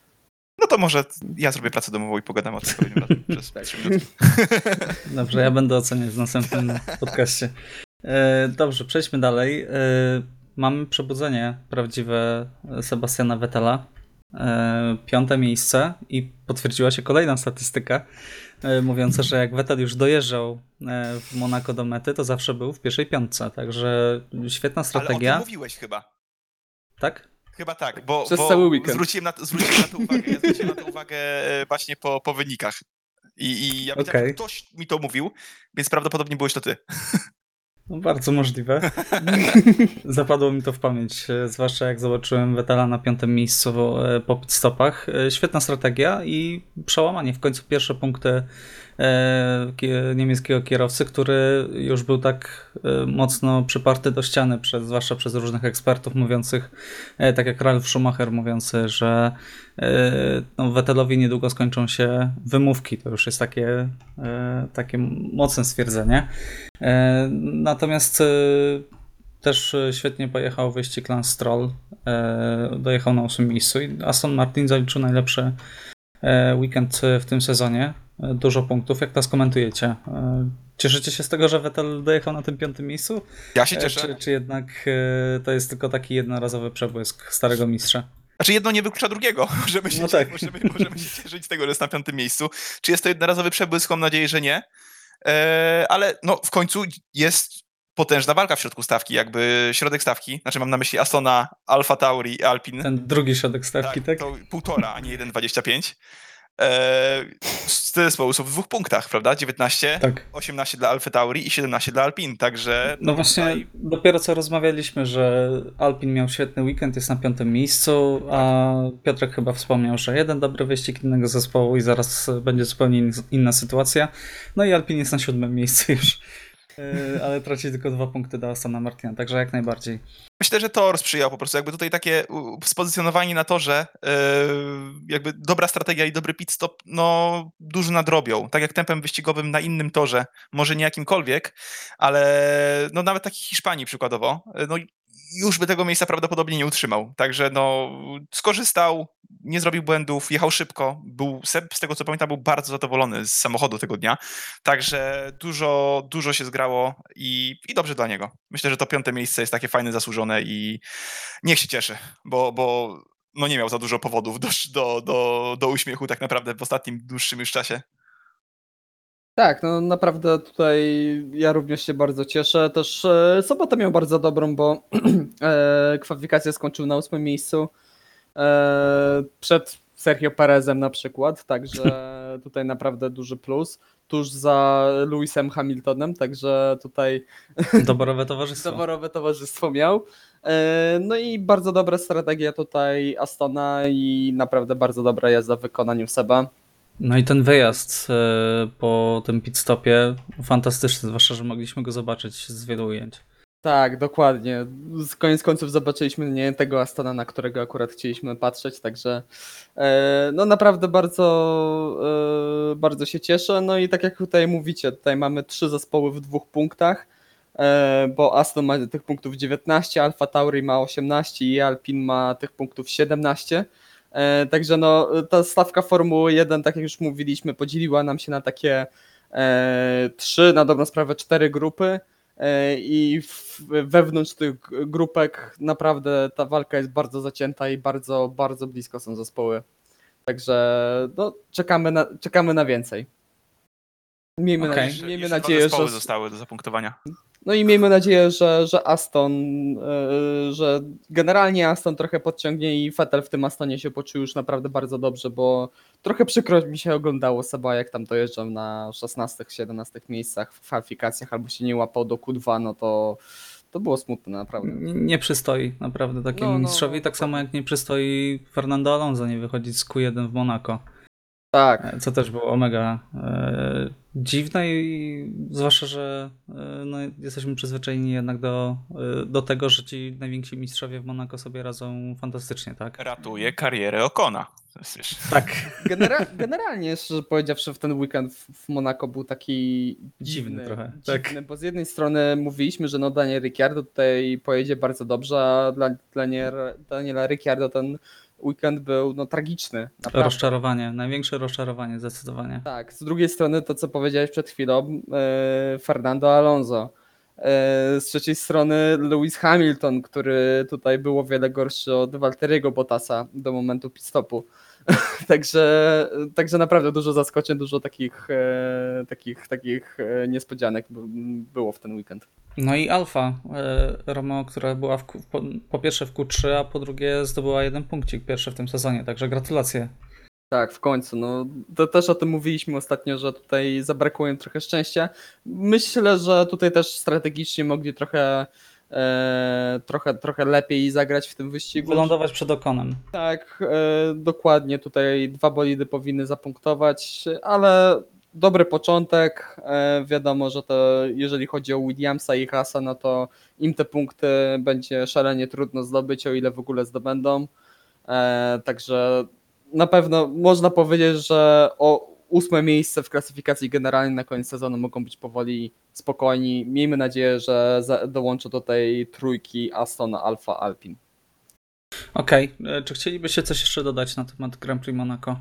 No to może ja zrobię pracę domową i pogadam o tym kolejnym razem przez 3 minuty. Dobrze, ja będę oceniać w następnym podcaście. Dobrze, przejdźmy dalej. Mamy przebudzenie prawdziwe Sebastiana Vettela. 5. miejsce i potwierdziła się kolejna statystyka mówiąca, że jak Vettel już dojeżdżał w Monako do mety, to zawsze był w pierwszej piątce, także świetna strategia. Ale o tym mówiłeś chyba. Tak? Chyba tak, bo Przez cały weekend. zwróciłem na to uwagę. Ja zwróciłem na to uwagę właśnie po wynikach. I ja wiedziałem, że ktoś mi to mówił, więc prawdopodobnie byłeś to ty. No, bardzo możliwe. Zapadło mi to w pamięć, zwłaszcza jak zobaczyłem Vettela na 5. miejscu po pit stopach. Świetna strategia i przełamanie. W końcu pierwsze punkty niemieckiego kierowcy, który już był tak mocno przyparty do ściany, zwłaszcza przez różnych ekspertów mówiących, tak jak Ralf Schumacher mówiący, że Vettelowi niedługo skończą się wymówki. To już jest takie mocne stwierdzenie. Natomiast też świetnie pojechał wyścig Lance Stroll, dojechał na 8. miejscu i Aston Martin zaliczył najlepszy weekend w tym sezonie. Dużo punktów. Jak to skomentujecie? Cieszycie się z tego, że Vettel dojechał na tym 5. miejscu? Ja się cieszę. Czy jednak to jest tylko taki jednorazowy przebłysk starego mistrza? Znaczy jedno nie wyklucza drugiego. Możemy się cieszyć z tego, że jest na 5. miejscu. Czy jest to jednorazowy przebłysk? Mam nadzieję, że nie. Ale no w końcu jest potężna walka w środku stawki, jakby środek stawki, znaczy mam na myśli Astona, Alfa Tauri i Alpine. Ten drugi środek stawki, tak? To 1,5, a nie 1,25. Te zespoły są w 2 punktach, prawda? 19, tak. 18 dla Alfa Tauri i 17 dla Alpine, także... No właśnie, dopiero co rozmawialiśmy, że Alpine miał świetny weekend, jest na 5. miejscu, a Piotrek chyba wspomniał, że jeden dobry wyścig innego zespołu i zaraz będzie zupełnie inna sytuacja. No i Alpine jest na 7. miejscu już, ale traci tylko 2 punkty do Astona Martina, także jak najbardziej. Myślę, że Tor sprzyjał po prostu, jakby tutaj takie spozycjonowanie na torze, jakby dobra strategia i dobry pit stop, no dużo nadrobią. Tak jak tempem wyścigowym na innym torze, może nie jakimkolwiek, ale no nawet taki Hiszpanii przykładowo, no już by tego miejsca prawdopodobnie nie utrzymał. Także no skorzystał, nie zrobił błędów, jechał szybko. Seb, z tego co pamiętam, był bardzo zadowolony z samochodu tego dnia. Także dużo się zgrało i dobrze dla niego. Myślę, że to 5. miejsce jest takie fajne, zasłużone i niech się cieszy, bo no nie miał za dużo powodów do uśmiechu tak naprawdę w ostatnim dłuższym już czasie. Tak, no naprawdę tutaj ja również się bardzo cieszę. Też sobotę miał bardzo dobrą, bo kwalifikację skończył na 8. miejscu przed Sergio Perezem na przykład, także tutaj naprawdę duży plus. Tuż za Lewisem Hamiltonem, także tutaj Doborowe towarzystwo. Doborowe towarzystwo miał. No i bardzo dobra strategia tutaj Astona i naprawdę bardzo dobra jazda w wykonaniu Seba. No i ten wyjazd po tym pit stopie fantastyczny, zwłaszcza, że mogliśmy go zobaczyć z wielu ujęć. Tak, dokładnie. Z koniec końców zobaczyliśmy nie tego Astona, na którego akurat chcieliśmy patrzeć, także no naprawdę bardzo się cieszę. No i tak jak tutaj mówicie, tutaj mamy 3 zespoły w 2 punktach, bo Aston ma tych punktów 19, Alfa Tauri ma 18 i Alpine ma tych punktów 17. Także no, ta stawka Formuły 1, tak jak już mówiliśmy, podzieliła nam się na takie 3, na dobrą sprawę 4 grupy i wewnątrz tych grupek naprawdę ta walka jest bardzo zacięta i bardzo, bardzo blisko są zespoły. Także no, czekamy na więcej. Miejmy nadzieję, zespoły że zostały do zapunktowania. No i miejmy nadzieję, że Aston, że generalnie Aston trochę podciągnie i Vettel w tym Astonie się poczuł już naprawdę bardzo dobrze, bo trochę przykro mi się oglądało Seba, jak tam dojeżdżał na 16-17 miejscach w kwalifikacjach albo się nie łapał do Q2, no to było smutne naprawdę. Nie przystoi naprawdę takiemu mistrzowi, tak samo jak nie przystoi Fernando Alonso nie wychodzić z Q1 w Monako. Tak. Co też było mega dziwne i zwłaszcza, że no, jesteśmy przyzwyczajeni jednak do tego, że ci najwięksi mistrzowie w Monako sobie radzą fantastycznie, tak? Ratuje karierę Ocona. Tak. Generalnie, szczerze powiedziawszy, w ten weekend w Monako był taki dziwny trochę. Tak. Bo z jednej strony mówiliśmy, że no Daniel Ricciardo tutaj pojedzie bardzo dobrze, a dla Daniela Ricciardo ten weekend był no, tragiczny. Naprawdę. Rozczarowanie, największe rozczarowanie zdecydowanie. Tak, z drugiej strony to, co powiedziałeś przed chwilą, Fernando Alonso. Z trzeciej strony Lewis Hamilton, który tutaj był o wiele gorszy od Valtteriego Bottasa do momentu pit-stopu. Także naprawdę dużo zaskoczeń, dużo takich niespodzianek było w ten weekend. No i Alfa Romeo, która była po pierwsze w Q3, a po drugie zdobyła 1 punkcik pierwszy w tym sezonie, także gratulacje. Tak, w końcu. No, to też o tym mówiliśmy ostatnio, że tutaj zabrakło im trochę szczęścia. Myślę, że tutaj też strategicznie mogli trochę lepiej zagrać w tym wyścigu. Wylądować przed Okonem. Tak, dokładnie. Tutaj 2 bolidy powinny zapunktować, ale dobry początek. Wiadomo, że to jeżeli chodzi o Williamsa i Haasa, no to im te punkty będzie szalenie trudno zdobyć, o ile w ogóle zdobędą. Także na pewno można powiedzieć, że o 8 miejsce w klasyfikacji generalnej na koniec sezonu mogą być powoli spokojni. Miejmy nadzieję, że dołączą do tej trójki Aston, Alfa, Alpine. Okej, czy chcielibyście coś jeszcze dodać na temat Grand Prix Monaco?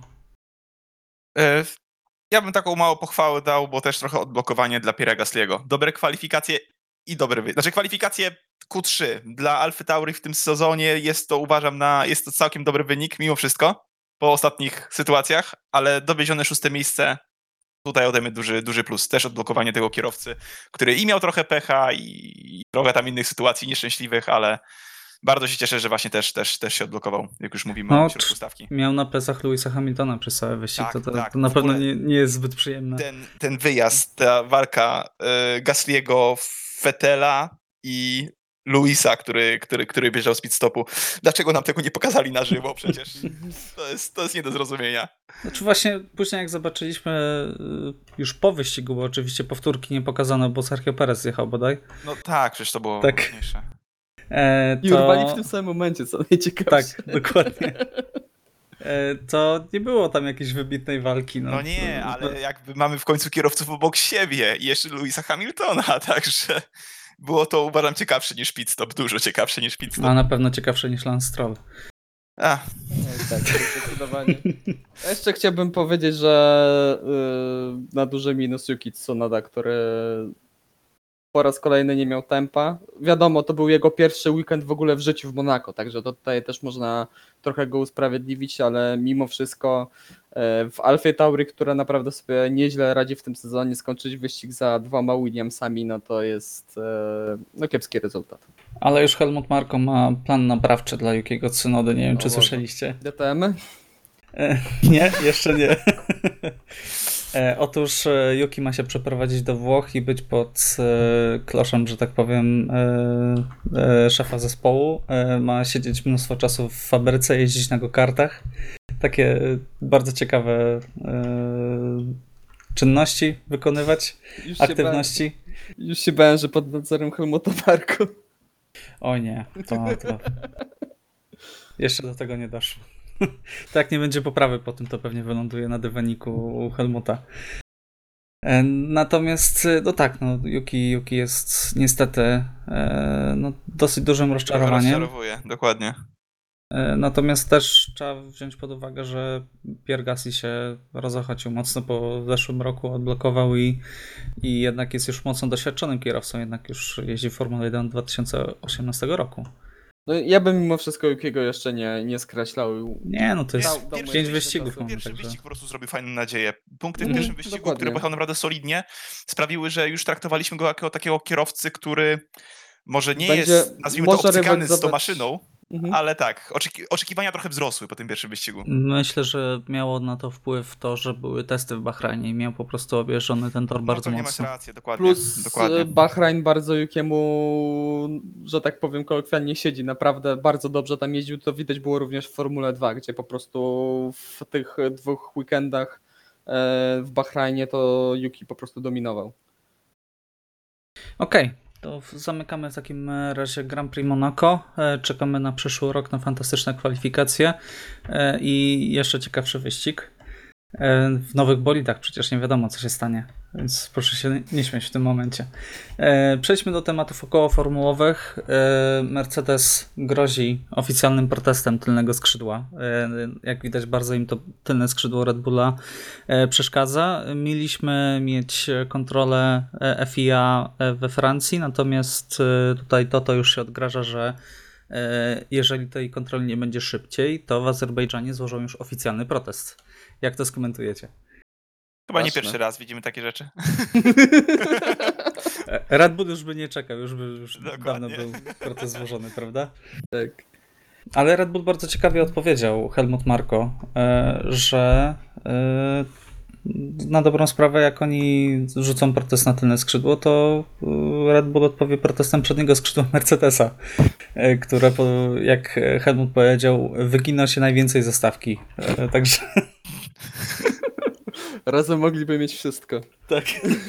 Ja bym taką małą pochwałę dał, bo też trochę odblokowanie dla Pierre'a Gasly'ego. Dobre kwalifikacje i znaczy kwalifikacje Q3 dla Alfy Tauri w tym sezonie jest to całkiem dobry wynik mimo wszystko po ostatnich sytuacjach, ale dowiezione 6 miejsce tutaj ode mnie duży plus. Też odblokowanie tego kierowcy, który i miał trochę pecha i trochę tam innych sytuacji nieszczęśliwych, ale bardzo się cieszę, że właśnie też się odblokował, jak już mówimy o środku stawki. Miał na plecach Lewisa Hamiltona przez cały wyścig, Tak, tak. to na pewno nie jest zbyt przyjemne. Ten wyjazd, ta walka Gasly'ego, Vettela i Lewisa, który bieżał z pit stopu. Dlaczego nam tego nie pokazali na żywo przecież? To jest nie do zrozumienia. Znaczy właśnie później jak zobaczyliśmy już po wyścigu, bo oczywiście powtórki nie pokazano, bo Sergio Perez jechał bodaj. No tak, przecież to było Tak. ważniejsze. I urwali w tym samym momencie, co najciekawsze. Tak, dokładnie. To nie było tam jakiejś wybitnej walki. No nie, ale jakby mamy w końcu kierowców obok siebie i jeszcze Lewisa Hamiltona, także było to, uważam, ciekawsze niż pit stop, dużo ciekawsze niż pit stop. A na pewno ciekawsze niż Lance Stroll. No, tak, zdecydowanie. Jeszcze chciałbym powiedzieć, że na duży minus Yuki Tsunoda, który po raz kolejny nie miał tempa. Wiadomo, to był jego pierwszy weekend w ogóle w życiu w Monako, także to tutaj też można trochę go usprawiedliwić, ale mimo wszystko w Alfie Tauri, która naprawdę sobie nieźle radzi w tym sezonie, skończyć wyścig za 2 Williamsami, no to jest kiepski rezultat. Ale już Helmut Marko ma plan naprawczy dla Yukiego Tsunody, nie wiem czy słyszeliście. DTM? Nie, jeszcze nie. Otóż Yuki ma się przeprowadzić do Włoch i być pod kloszem, że tak powiem, szefa zespołu. Ma siedzieć mnóstwo czasu w fabryce, jeździć na go-kartach. Takie bardzo ciekawe czynności wykonywać, aktywności. Już się bałem, że pod nadzorem Helmuta Marko. Oj nie, to jeszcze do tego nie doszło. To jak nie będzie poprawy po tym, to pewnie wyląduje na dywaniku u Helmuta. Natomiast, no tak, Yuki jest niestety dosyć dużym rozczarowaniem. Rozczarowuje, dokładnie. Natomiast też trzeba wziąć pod uwagę, że Pierre Gasly się rozochocił mocno po zeszłym roku, odblokował i jednak jest już mocno doświadczonym kierowcą, jednak już jeździ w Formule 1 od 2018 roku. No ja bym mimo wszystko Yukiego jeszcze nie skreślał. Nie, no to jest Dał mu 5 jeszcze wyścigów. czasu. Pierwszy wyścig po prostu zrobił fajną nadzieję. Punkty w Mhm, pierwszym wyścigu, dokładnie. który pojechał naprawdę solidnie, sprawiły, że już traktowaliśmy go jako takiego kierowcy, który może nie Będzie- jest, nazwijmy to, może obcykany z tą rywalizować- maszyną, Mhm. ale tak, oczekiwania trochę wzrosły po tym pierwszym wyścigu. Myślę, że miało na to wpływ to, że były testy w Bahrajnie i miał po prostu objeżdżony ten tor bardzo no to nie masz mocno. rację, dokładnie. Plus dokładnie. Bahrain bardzo Yukiemu, że tak powiem kolokwialnie siedzi. Naprawdę bardzo dobrze tam jeździł. To widać było również w Formule 2, gdzie po prostu w tych 2 weekendach w Bahrajnie to Yuki po prostu dominował. Okej, to zamykamy w takim razie Grand Prix Monaco. Czekamy na przyszły rok, na fantastyczne kwalifikacje i jeszcze ciekawszy wyścig. W nowych bolidach przecież nie wiadomo, co się stanie, więc proszę się nie śmiać w tym momencie. Przejdźmy do tematów okołoformułowych. Mercedes grozi oficjalnym protestem tylnego skrzydła. Jak widać, bardzo im to tylne skrzydło Red Bulla przeszkadza. Mieliśmy mieć kontrolę FIA we Francji, natomiast tutaj to już się odgraża, że jeżeli tej kontroli nie będzie szybciej, to w Azerbejdżanie złożą już oficjalny protest. Jak to skomentujecie? Chyba nie Ważne. pierwszy raz widzimy takie rzeczy. Red Bull już by nie czekał, już Dokładnie. dawno był protest złożony, prawda? Tak. Ale Red Bull bardzo ciekawie odpowiedział, Helmut Marko, że na dobrą sprawę, jak oni rzucą protest na tylne skrzydło, to Red Bull odpowie protestem przedniego skrzydła Mercedesa, które, jak Helmut powiedział, wygina się najwięcej ze stawki. Także Razem mogliby mieć wszystko. tak.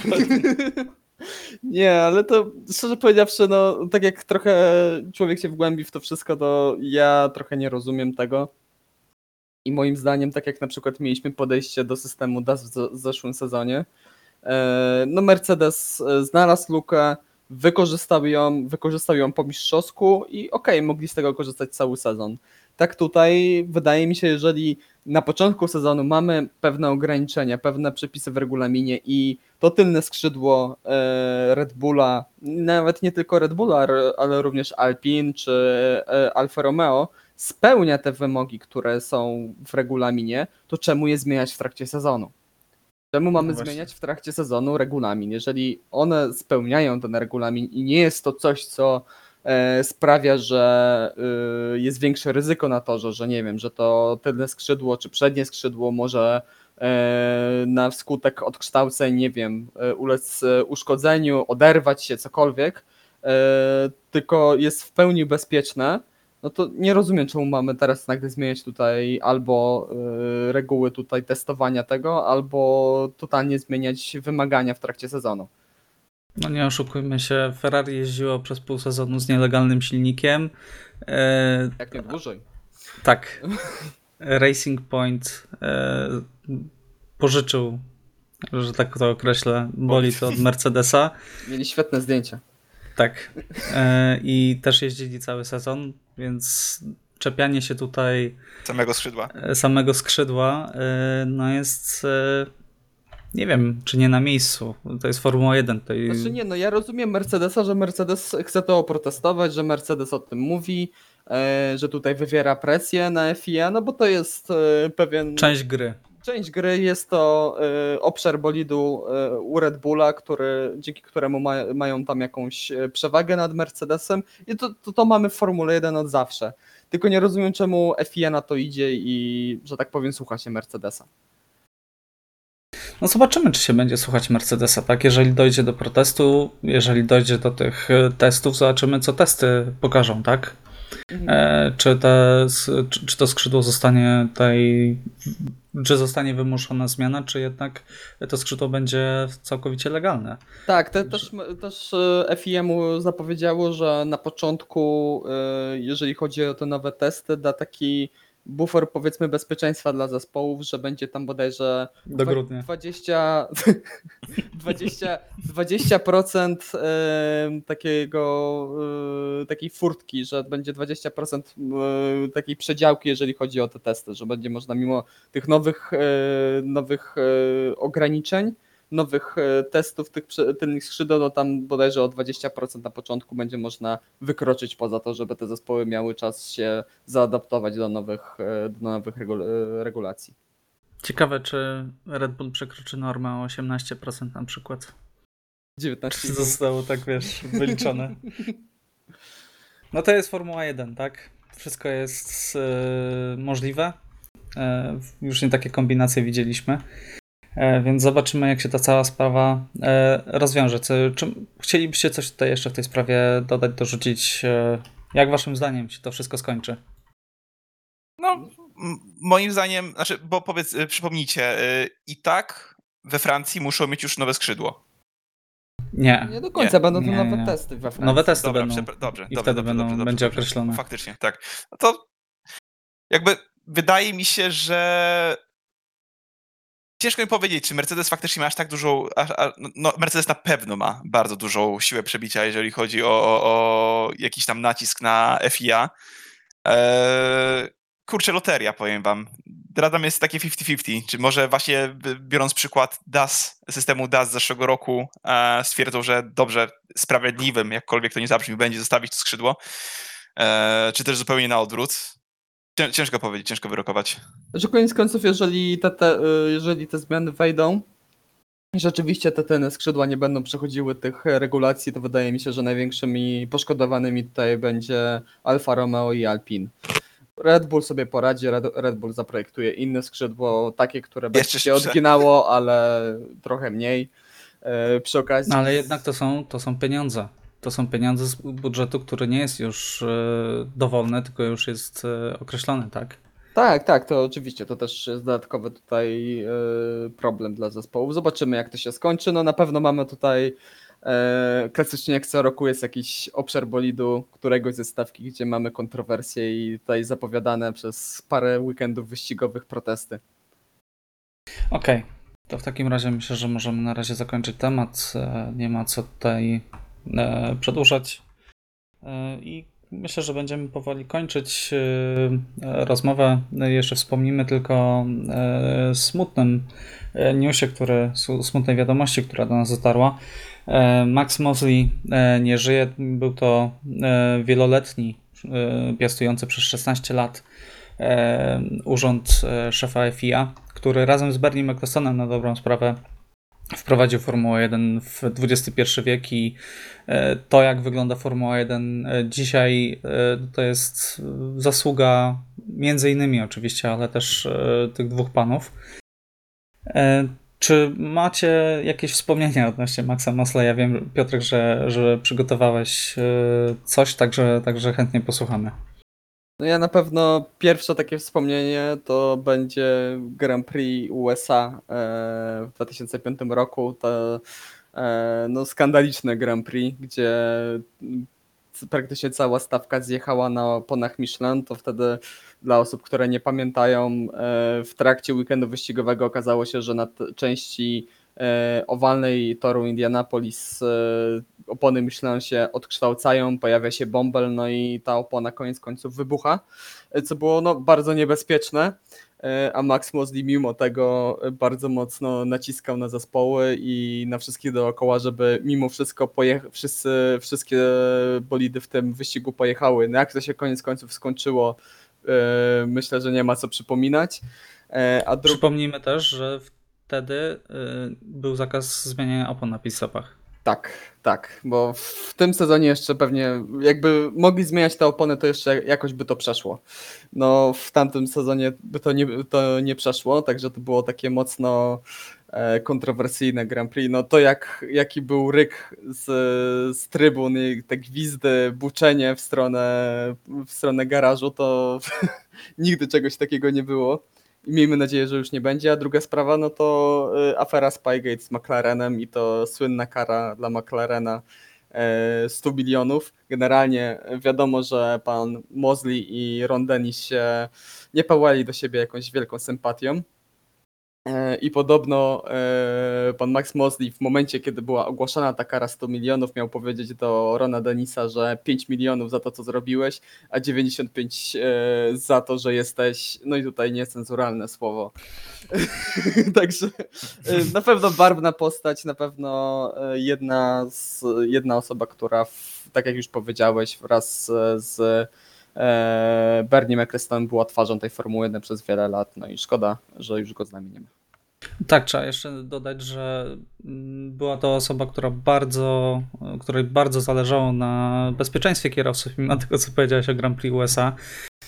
Nie, ale to szczerze powiedziawszy, no tak jak trochę człowiek się wgłębi w to wszystko, to ja trochę nie rozumiem tego. I moim zdaniem, tak jak na przykład mieliśmy podejście do systemu DAS w zeszłym sezonie, no Mercedes znalazł lukę, wykorzystał ją po mistrzowsku i okej, mogli z tego korzystać cały sezon. Tak tutaj wydaje mi się, jeżeli na początku sezonu mamy pewne ograniczenia, pewne przepisy w regulaminie i to tylne skrzydło Red Bulla, nawet nie tylko Red Bulla, ale również Alpine czy Alfa Romeo spełnia te wymogi, które są w regulaminie, to czemu je zmieniać w trakcie sezonu? Czemu mamy właśnie. zmieniać w trakcie sezonu regulamin? Jeżeli one spełniają ten regulamin i nie jest to coś, co sprawia, że jest większe ryzyko na torze, że nie wiem, że to tylne skrzydło czy przednie skrzydło może na skutek odkształceń, nie wiem, ulec uszkodzeniu, oderwać się, cokolwiek, tylko jest w pełni bezpieczne, no to nie rozumiem, czemu mamy teraz nagle zmieniać tutaj albo reguły tutaj testowania tego, albo totalnie zmieniać wymagania w trakcie sezonu. No nie oszukujmy się, Ferrari jeździło przez pół sezonu z nielegalnym silnikiem. Jak nie dłużej. Tak. Racing Point pożyczył, że tak to określę, bolid od Mercedesa. Mieli świetne zdjęcia. Tak. I też jeździli cały sezon, więc czepianie się tutaj Samego skrzydła no jest nie wiem, czy nie na miejscu. To jest Formuła 1. Znaczy nie, no ja rozumiem Mercedesa, że Mercedes chce to oprotestować, że Mercedes o tym mówi, że tutaj wywiera presję na FIA, no bo to jest pewien... Część gry. Część gry, jest to obszar bolidu u Red Bulla, dzięki któremu mają tam jakąś przewagę nad Mercedesem i to mamy w Formule 1 od zawsze. Tylko nie rozumiem, czemu FIA na to idzie i, że tak powiem, słucha się Mercedesa. No zobaczymy, czy się będzie słuchać Mercedesa, tak? Jeżeli dojdzie do protestu, jeżeli dojdzie do tych testów, zobaczymy, co testy pokażą, tak? Czy to skrzydło zostanie czy zostanie wymuszona zmiana, czy jednak to skrzydło będzie całkowicie legalne. Tak, też FIM zapowiedziało, że na początku, jeżeli chodzi o te nowe testy, da taki bufor, powiedzmy, bezpieczeństwa dla zespołów, że będzie tam bodajże Do grudnia. 20% takiej furtki, że będzie 20% takiej przedziałki, jeżeli chodzi o te testy, że będzie można mimo tych nowych ograniczeń, nowych testów tych tylnych skrzydeł, no tam bodajże o 20% na początku będzie można wykroczyć poza to, żeby te zespoły miały czas się zaadaptować do nowych regulacji. Ciekawe, czy Red Bull przekroczy normę o 18% na przykład. 19. Czy zostało tak, wiesz, wyliczone. No to jest Formuła 1, tak? Wszystko jest możliwe. Już nie takie kombinacje widzieliśmy. Więc zobaczymy, jak się ta cała sprawa rozwiąże. Czy chcielibyście coś tutaj jeszcze w tej sprawie dodać, dorzucić? Jak waszym zdaniem się to wszystko skończy? No, moim zdaniem, bo przypomnijcie, i tak we Francji muszą mieć już nowe skrzydło. Nie. Nie do końca, będą to Nie, nowe nie. testy we Francji. Nowe testy Dobra, będą. dobrze, I wtedy będzie określone. Faktycznie, tak. No to jakby wydaje mi się, że Ciężko mi powiedzieć, czy Mercedes faktycznie ma aż tak dużą. No, Mercedes na pewno ma bardzo dużą siłę przebicia, jeżeli chodzi o jakiś tam nacisk na FIA. Kurczę, loteria, powiem wam. Radam jest takie 50-50. Czy może właśnie biorąc przykład systemu DAS z zeszłego roku, stwierdzą, że dobrze, sprawiedliwym, jakkolwiek to nie zabrzmi, będzie zostawić to skrzydło, czy też zupełnie na odwrót. Ciężko powiedzieć, ciężko wyrokować. Że koniec końców, jeżeli te zmiany wejdą, i rzeczywiście te skrzydła nie będą przechodziły tych regulacji, to wydaje mi się, że największymi poszkodowanymi tutaj będzie Alfa Romeo i Alpine. Red Bull sobie poradzi, Red Bull zaprojektuje inne skrzydło, takie, które będzie Jeszcze się szybsze. odginało, ale trochę mniej. Przy okazji... No ale jednak to są pieniądze. To są pieniądze z budżetu, który nie jest już dowolny, tylko już jest określony, tak? Tak, to oczywiście, to też jest dodatkowy tutaj problem dla zespołów. Zobaczymy, jak to się skończy. No na pewno mamy tutaj klasycznie jak co roku jest jakiś obszar bolidu któregoś ze stawki, gdzie mamy kontrowersje i tutaj zapowiadane przez parę weekendów wyścigowych protesty. Okej, to w takim razie myślę, że możemy na razie zakończyć temat. Nie ma co tutaj przedłużać. I myślę, że będziemy powoli kończyć rozmowę. Jeszcze wspomnimy tylko o smutnym newsie, smutnej wiadomości, która do nas dotarła. Max Mosley nie żyje. Był to wieloletni, piastujący przez 16 lat urząd szefa FIA, który razem z Bernie Ecclestonem na dobrą sprawę wprowadził Formułę 1 w XXI wiek i to, jak wygląda Formuła 1 dzisiaj, to jest zasługa między innymi oczywiście, ale też tych dwóch panów. Czy macie jakieś wspomnienia odnośnie Maxa Mosleya? Ja wiem, Piotrek, że przygotowałeś coś, także chętnie posłuchamy. No ja na pewno pierwsze takie wspomnienie to będzie Grand Prix USA w 2005 roku. To no, skandaliczne Grand Prix, gdzie praktycznie cała stawka zjechała na oponach Michelin. To wtedy dla osób, które nie pamiętają, w trakcie weekendu wyścigowego okazało się, że na części owalnej toru Indianapolis opony Michelin się odkształcają, pojawia się bąbel, no i ta opona koniec końców wybucha, co było no, bardzo niebezpieczne, a Max Mosley mimo tego bardzo mocno naciskał na zespoły i na wszystkich dookoła, żeby mimo wszystko wszystkie bolidy w tym wyścigu pojechały. No jak to się koniec końców skończyło, myślę, że nie ma co przypominać. Przypomnijmy też, że wtedy był zakaz zmieniania opon na pit-stopach. Tak, bo w tym sezonie jeszcze pewnie jakby mogli zmieniać te opony, to jeszcze jakoś by to przeszło. No w tamtym sezonie by to nie przeszło, także to było takie mocno kontrowersyjne Grand Prix. No to jaki był ryk z trybun i te gwizdy, buczenie w stronę garażu, to nigdy czegoś takiego nie było. I miejmy nadzieję, że już nie będzie. A druga sprawa, no to afera Spygate z McLarenem i to słynna kara dla McLarena 100 milionów. Generalnie wiadomo, że pan Mosley i Ron Dennis się nie pałali do siebie jakąś wielką sympatią. I podobno pan Max Mosley w momencie, kiedy była ogłoszona ta kara 100 milionów, miał powiedzieć do Rona Dennisa, że 5 milionów za to, co zrobiłeś, a 95 za to, że jesteś, no i tutaj niecenzuralne słowo. Także na pewno barwna postać, na pewno jedna osoba, która, tak jak już powiedziałeś, wraz z Bernie Ecclestone była twarzą tej Formuły 1 przez wiele lat, no i szkoda, że już go z nami nie ma. Tak, trzeba jeszcze dodać, że była to osoba, której bardzo zależało na bezpieczeństwie kierowców, mimo tego, co powiedziałeś o Grand Prix USA.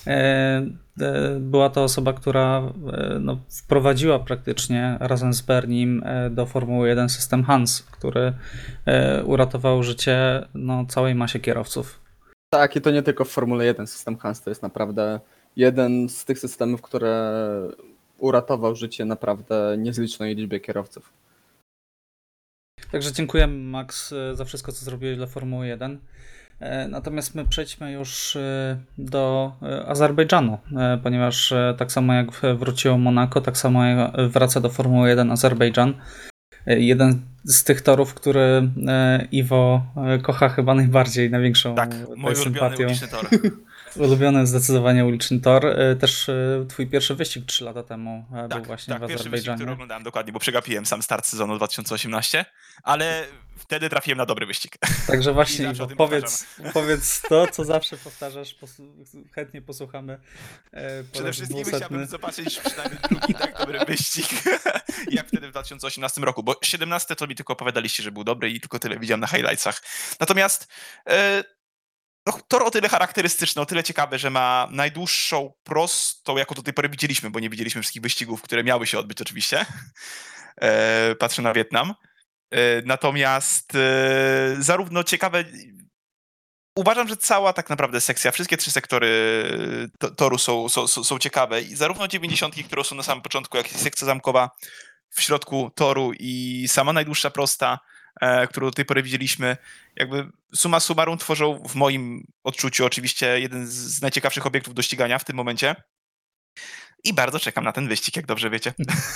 Była to osoba, która no, wprowadziła praktycznie razem z Bernim do Formuły 1 system Hans, który uratował życie no, całej masie kierowców. Tak, i to nie tylko w Formule 1 system Hans, to jest naprawdę jeden z tych systemów, które uratował życie naprawdę niezlicznej liczbie kierowców. Także dziękujemy, Max, za wszystko, co zrobiłeś dla Formuły 1. Natomiast my przejdźmy już do Azerbejdżanu, ponieważ tak samo jak wróciło Monako, tak samo jak wraca do Formuły 1 Azerbejdżan. Jeden z tych torów, który Iwo kocha chyba najbardziej, największą Tak, mój ulubiony sympatią. uliczny tor. Ulubiony zdecydowanie uliczny tor. Też twój pierwszy wyścig 3 lata temu był właśnie w pierwszy wyścig, Azerbejdżanie. który oglądałem dokładnie, bo przegapiłem sam start sezonu 2018, ale wtedy trafiłem na dobry wyścig. Także I właśnie, zawsze o Iwo, tym powiedz to, co zawsze powtarzasz, chętnie posłuchamy. Po Przede raz wszystkim 200. chciałbym zobaczyć przynajmniej drugi tak dobry wyścig, jak wtedy w 2018 roku, bo 17 to mi tylko opowiadaliście, że był dobry i tylko tyle widziałem na highlightsach. Natomiast no, tor o tyle charakterystyczny, o tyle ciekawy, że ma najdłuższą prostą, jaką do tej pory widzieliśmy, bo nie widzieliśmy wszystkich wyścigów, które miały się odbyć oczywiście. Patrzę na Wietnam. Natomiast zarówno ciekawe... Uważam, że cała tak naprawdę sekcja, wszystkie 3 sektory toru są ciekawe i zarówno 90, które są na samym początku, jak i sekcja zamkowa w środku toru i sama najdłuższa prosta, którą do tej pory widzieliśmy, jakby summa summarum tworzą w moim odczuciu oczywiście jeden z najciekawszych obiektów do ścigania w tym momencie. I bardzo czekam na ten wyścig, jak dobrze wiecie.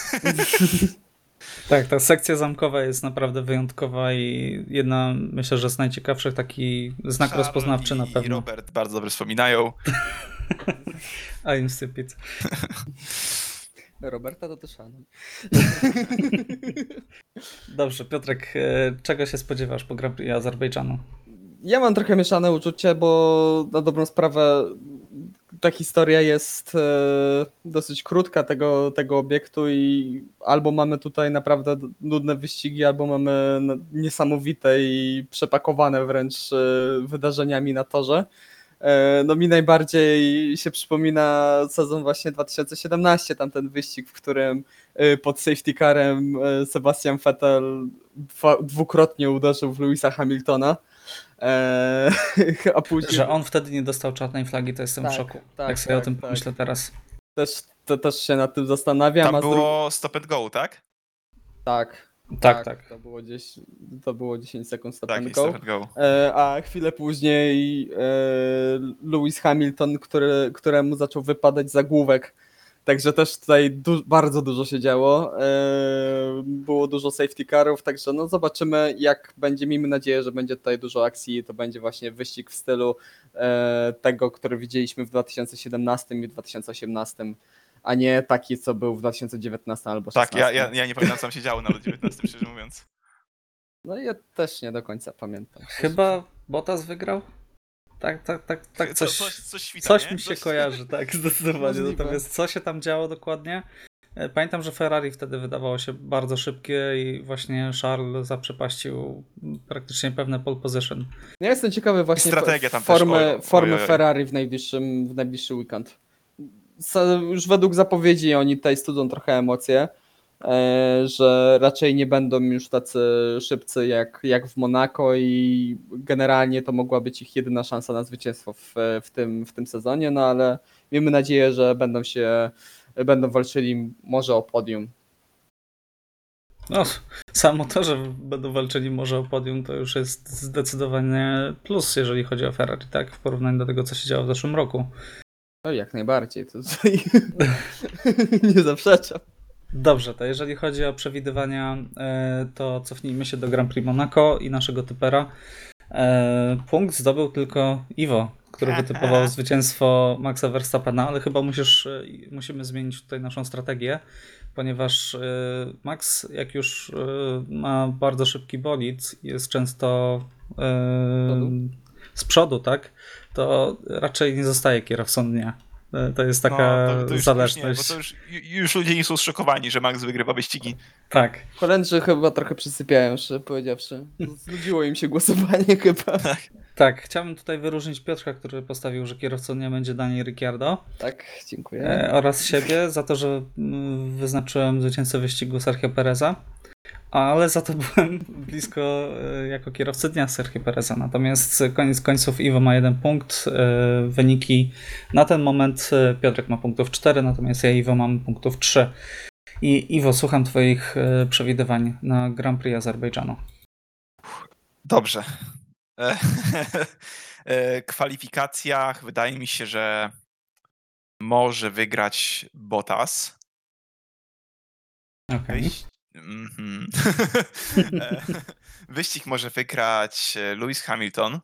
Tak, ta sekcja zamkowa jest naprawdę wyjątkowa i jedna, myślę, że z najciekawszych, taki znak Charles rozpoznawczy na i pewno. Robert bardzo dobrze wspominają. I'm stupid. Roberta to też szanuj. Dobrze, Piotrek, czego się spodziewasz po Grand Prix Azerbejdżanu? Ja mam trochę mieszane uczucie, bo na dobrą sprawę ta historia jest dosyć krótka tego obiektu i albo mamy tutaj naprawdę nudne wyścigi, albo mamy niesamowite i przepakowane wręcz wydarzeniami na torze. No mi najbardziej się przypomina sezon właśnie 2017, tamten wyścig, w którym pod safety carem Sebastian Vettel dwukrotnie uderzył w Lewisa Hamiltona. A później... Że on wtedy nie dostał czarnej flagi, to jestem w szoku. Jak sobie o tym pomyślę teraz. Też się nad tym zastanawiam. Tam było stop and go, tak? Tak. Tak. To było 10 sekund stop Tak, and jest go. stop and go. A chwilę później Lewis Hamilton, któremu zaczął wypadać zagłówek. Także też tutaj bardzo dużo się działo. Było dużo safety carów, także no zobaczymy, jak będzie. Miejmy nadzieję, że będzie tutaj dużo akcji i to będzie właśnie wyścig w stylu tego, który widzieliśmy w 2017 i 2018, a nie taki, co był w 2019 albo 2016. Tak, ja nie pamiętam, co tam się działo na 19, szczerze mówiąc. No i ja też nie do końca pamiętam. Chyba Bottas wygrał? Tak, Coś świta, coś nie? mi się kojarzy, tak, zdecydowanie. Możliwe. Natomiast co się tam działo dokładnie? Pamiętam, że Ferrari wtedy wydawało się bardzo szybkie i właśnie Charles zaprzepaścił praktycznie pewne pole position. Ja jestem ciekawy właśnie strategia tam też, formy oj. Ferrari w najbliższy weekend. Już według zapowiedzi oni tutaj studzą trochę emocje, że raczej nie będą już tacy szybcy jak w Monako i generalnie to mogła być ich jedyna szansa na zwycięstwo w tym sezonie, no ale miejmy nadzieję, że będą walczyli może o podium. No, samo to, że będą walczyli może o podium, to już jest zdecydowanie plus, jeżeli chodzi o Ferrari, tak? W porównaniu do tego, co się działo w zeszłym roku. No jak najbardziej, to tutaj nie zaprzeczam. Dobrze, to jeżeli chodzi o przewidywania, to cofnijmy się do Grand Prix Monaco i naszego typera. Punkt zdobył tylko Iwo, który wytypował zwycięstwo Maxa Verstappena, ale chyba musimy zmienić tutaj naszą strategię, ponieważ Max, jak już ma bardzo szybki bolid, jest często z przodu, tak? To raczej nie zostaje kierowcą dnia. To jest taka to już zależność. Nie, bo to już ludzie nie są zszokowani, że Max wygrywa wyścigi. Tak. Holendrzy chyba trochę przysypiają, szczerze powiedziawszy. Znudziło im się głosowanie chyba. Tak, chciałbym tutaj wyróżnić Piotrka, który postawił, że kierowcą nie będzie Dani Ricciardo. Tak, dziękuję. Oraz siebie za to, że wyznaczyłem zwycięzcę wyścigu Sergio Pereza. Ale za to byłem blisko jako kierowcy dnia Sergio Pereza. Natomiast koniec końców Iwo ma 1 punkt. Wyniki na ten moment Piotrek ma punktów 4, natomiast ja i Iwo mam punktów 3. I Iwo, słucham twoich przewidywań na Grand Prix Azerbejdżanu. Dobrze. kwalifikacjach wydaje mi się, że może wygrać Bottas. Okej. Mhm. Wyścig może wygrać Lewis Hamilton.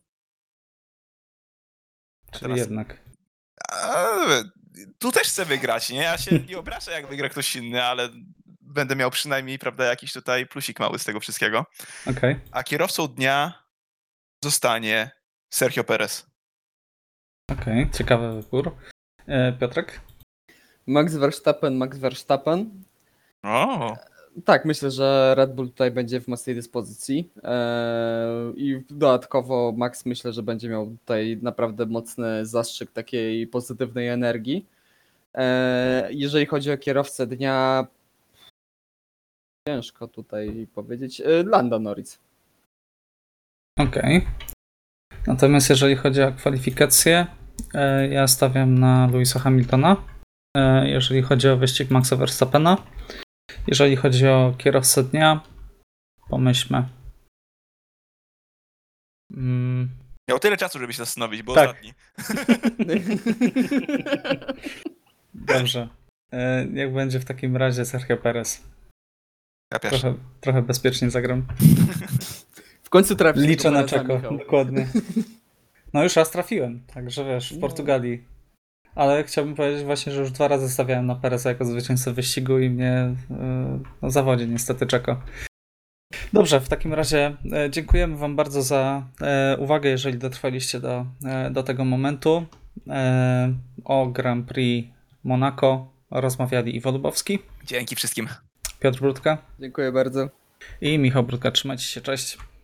Czyli teraz- jednak. Tu też chcę wygrać, nie? Ja się nie obrażę, jak wygra ktoś inny, ale będę miał przynajmniej, prawda, jakiś tutaj plusik mały z tego wszystkiego. Okej. A kierowcą dnia zostanie Sergio Perez. Okej. Ciekawy wybór. Piotrek? Max Verstappen. O, Tak, myślę, że Red Bull tutaj będzie w mocnej dyspozycji i dodatkowo Max myślę, że będzie miał tutaj naprawdę mocny zastrzyk takiej pozytywnej energii. Jeżeli chodzi o kierowcę dnia, ciężko tutaj powiedzieć, Lando Norris. Okej. Natomiast jeżeli chodzi o kwalifikacje, ja stawiam na Lewisa Hamiltona. Jeżeli chodzi o wyścig Maxa Verstappena. Jeżeli chodzi o kierowcę dnia, pomyślmy. miał tyle czasu, żeby się zastanowić, bo Tak. ostatni. Dobrze. Jak będzie w takim razie Sergio Perez? Ja pierwszy. Trochę bezpiecznie zagram. W końcu trafił Liczę na Pereza, Czeko, Michał. dokładnie. No już raz trafiłem, także wiesz, w No. Portugalii. Ale chciałbym powiedzieć właśnie, że już 2 razy stawiałem na Pereza jako zwycięzcę wyścigu i mnie zawodzi niestety Czeko. Dobrze, w takim razie dziękujemy Wam bardzo za uwagę, jeżeli dotrwaliście do tego momentu. O Grand Prix Monaco rozmawiali Iwo Lubowski, Dzięki wszystkim. Piotr Brudka Dziękuję bardzo. i Michał Brudka. Trzymajcie się, cześć.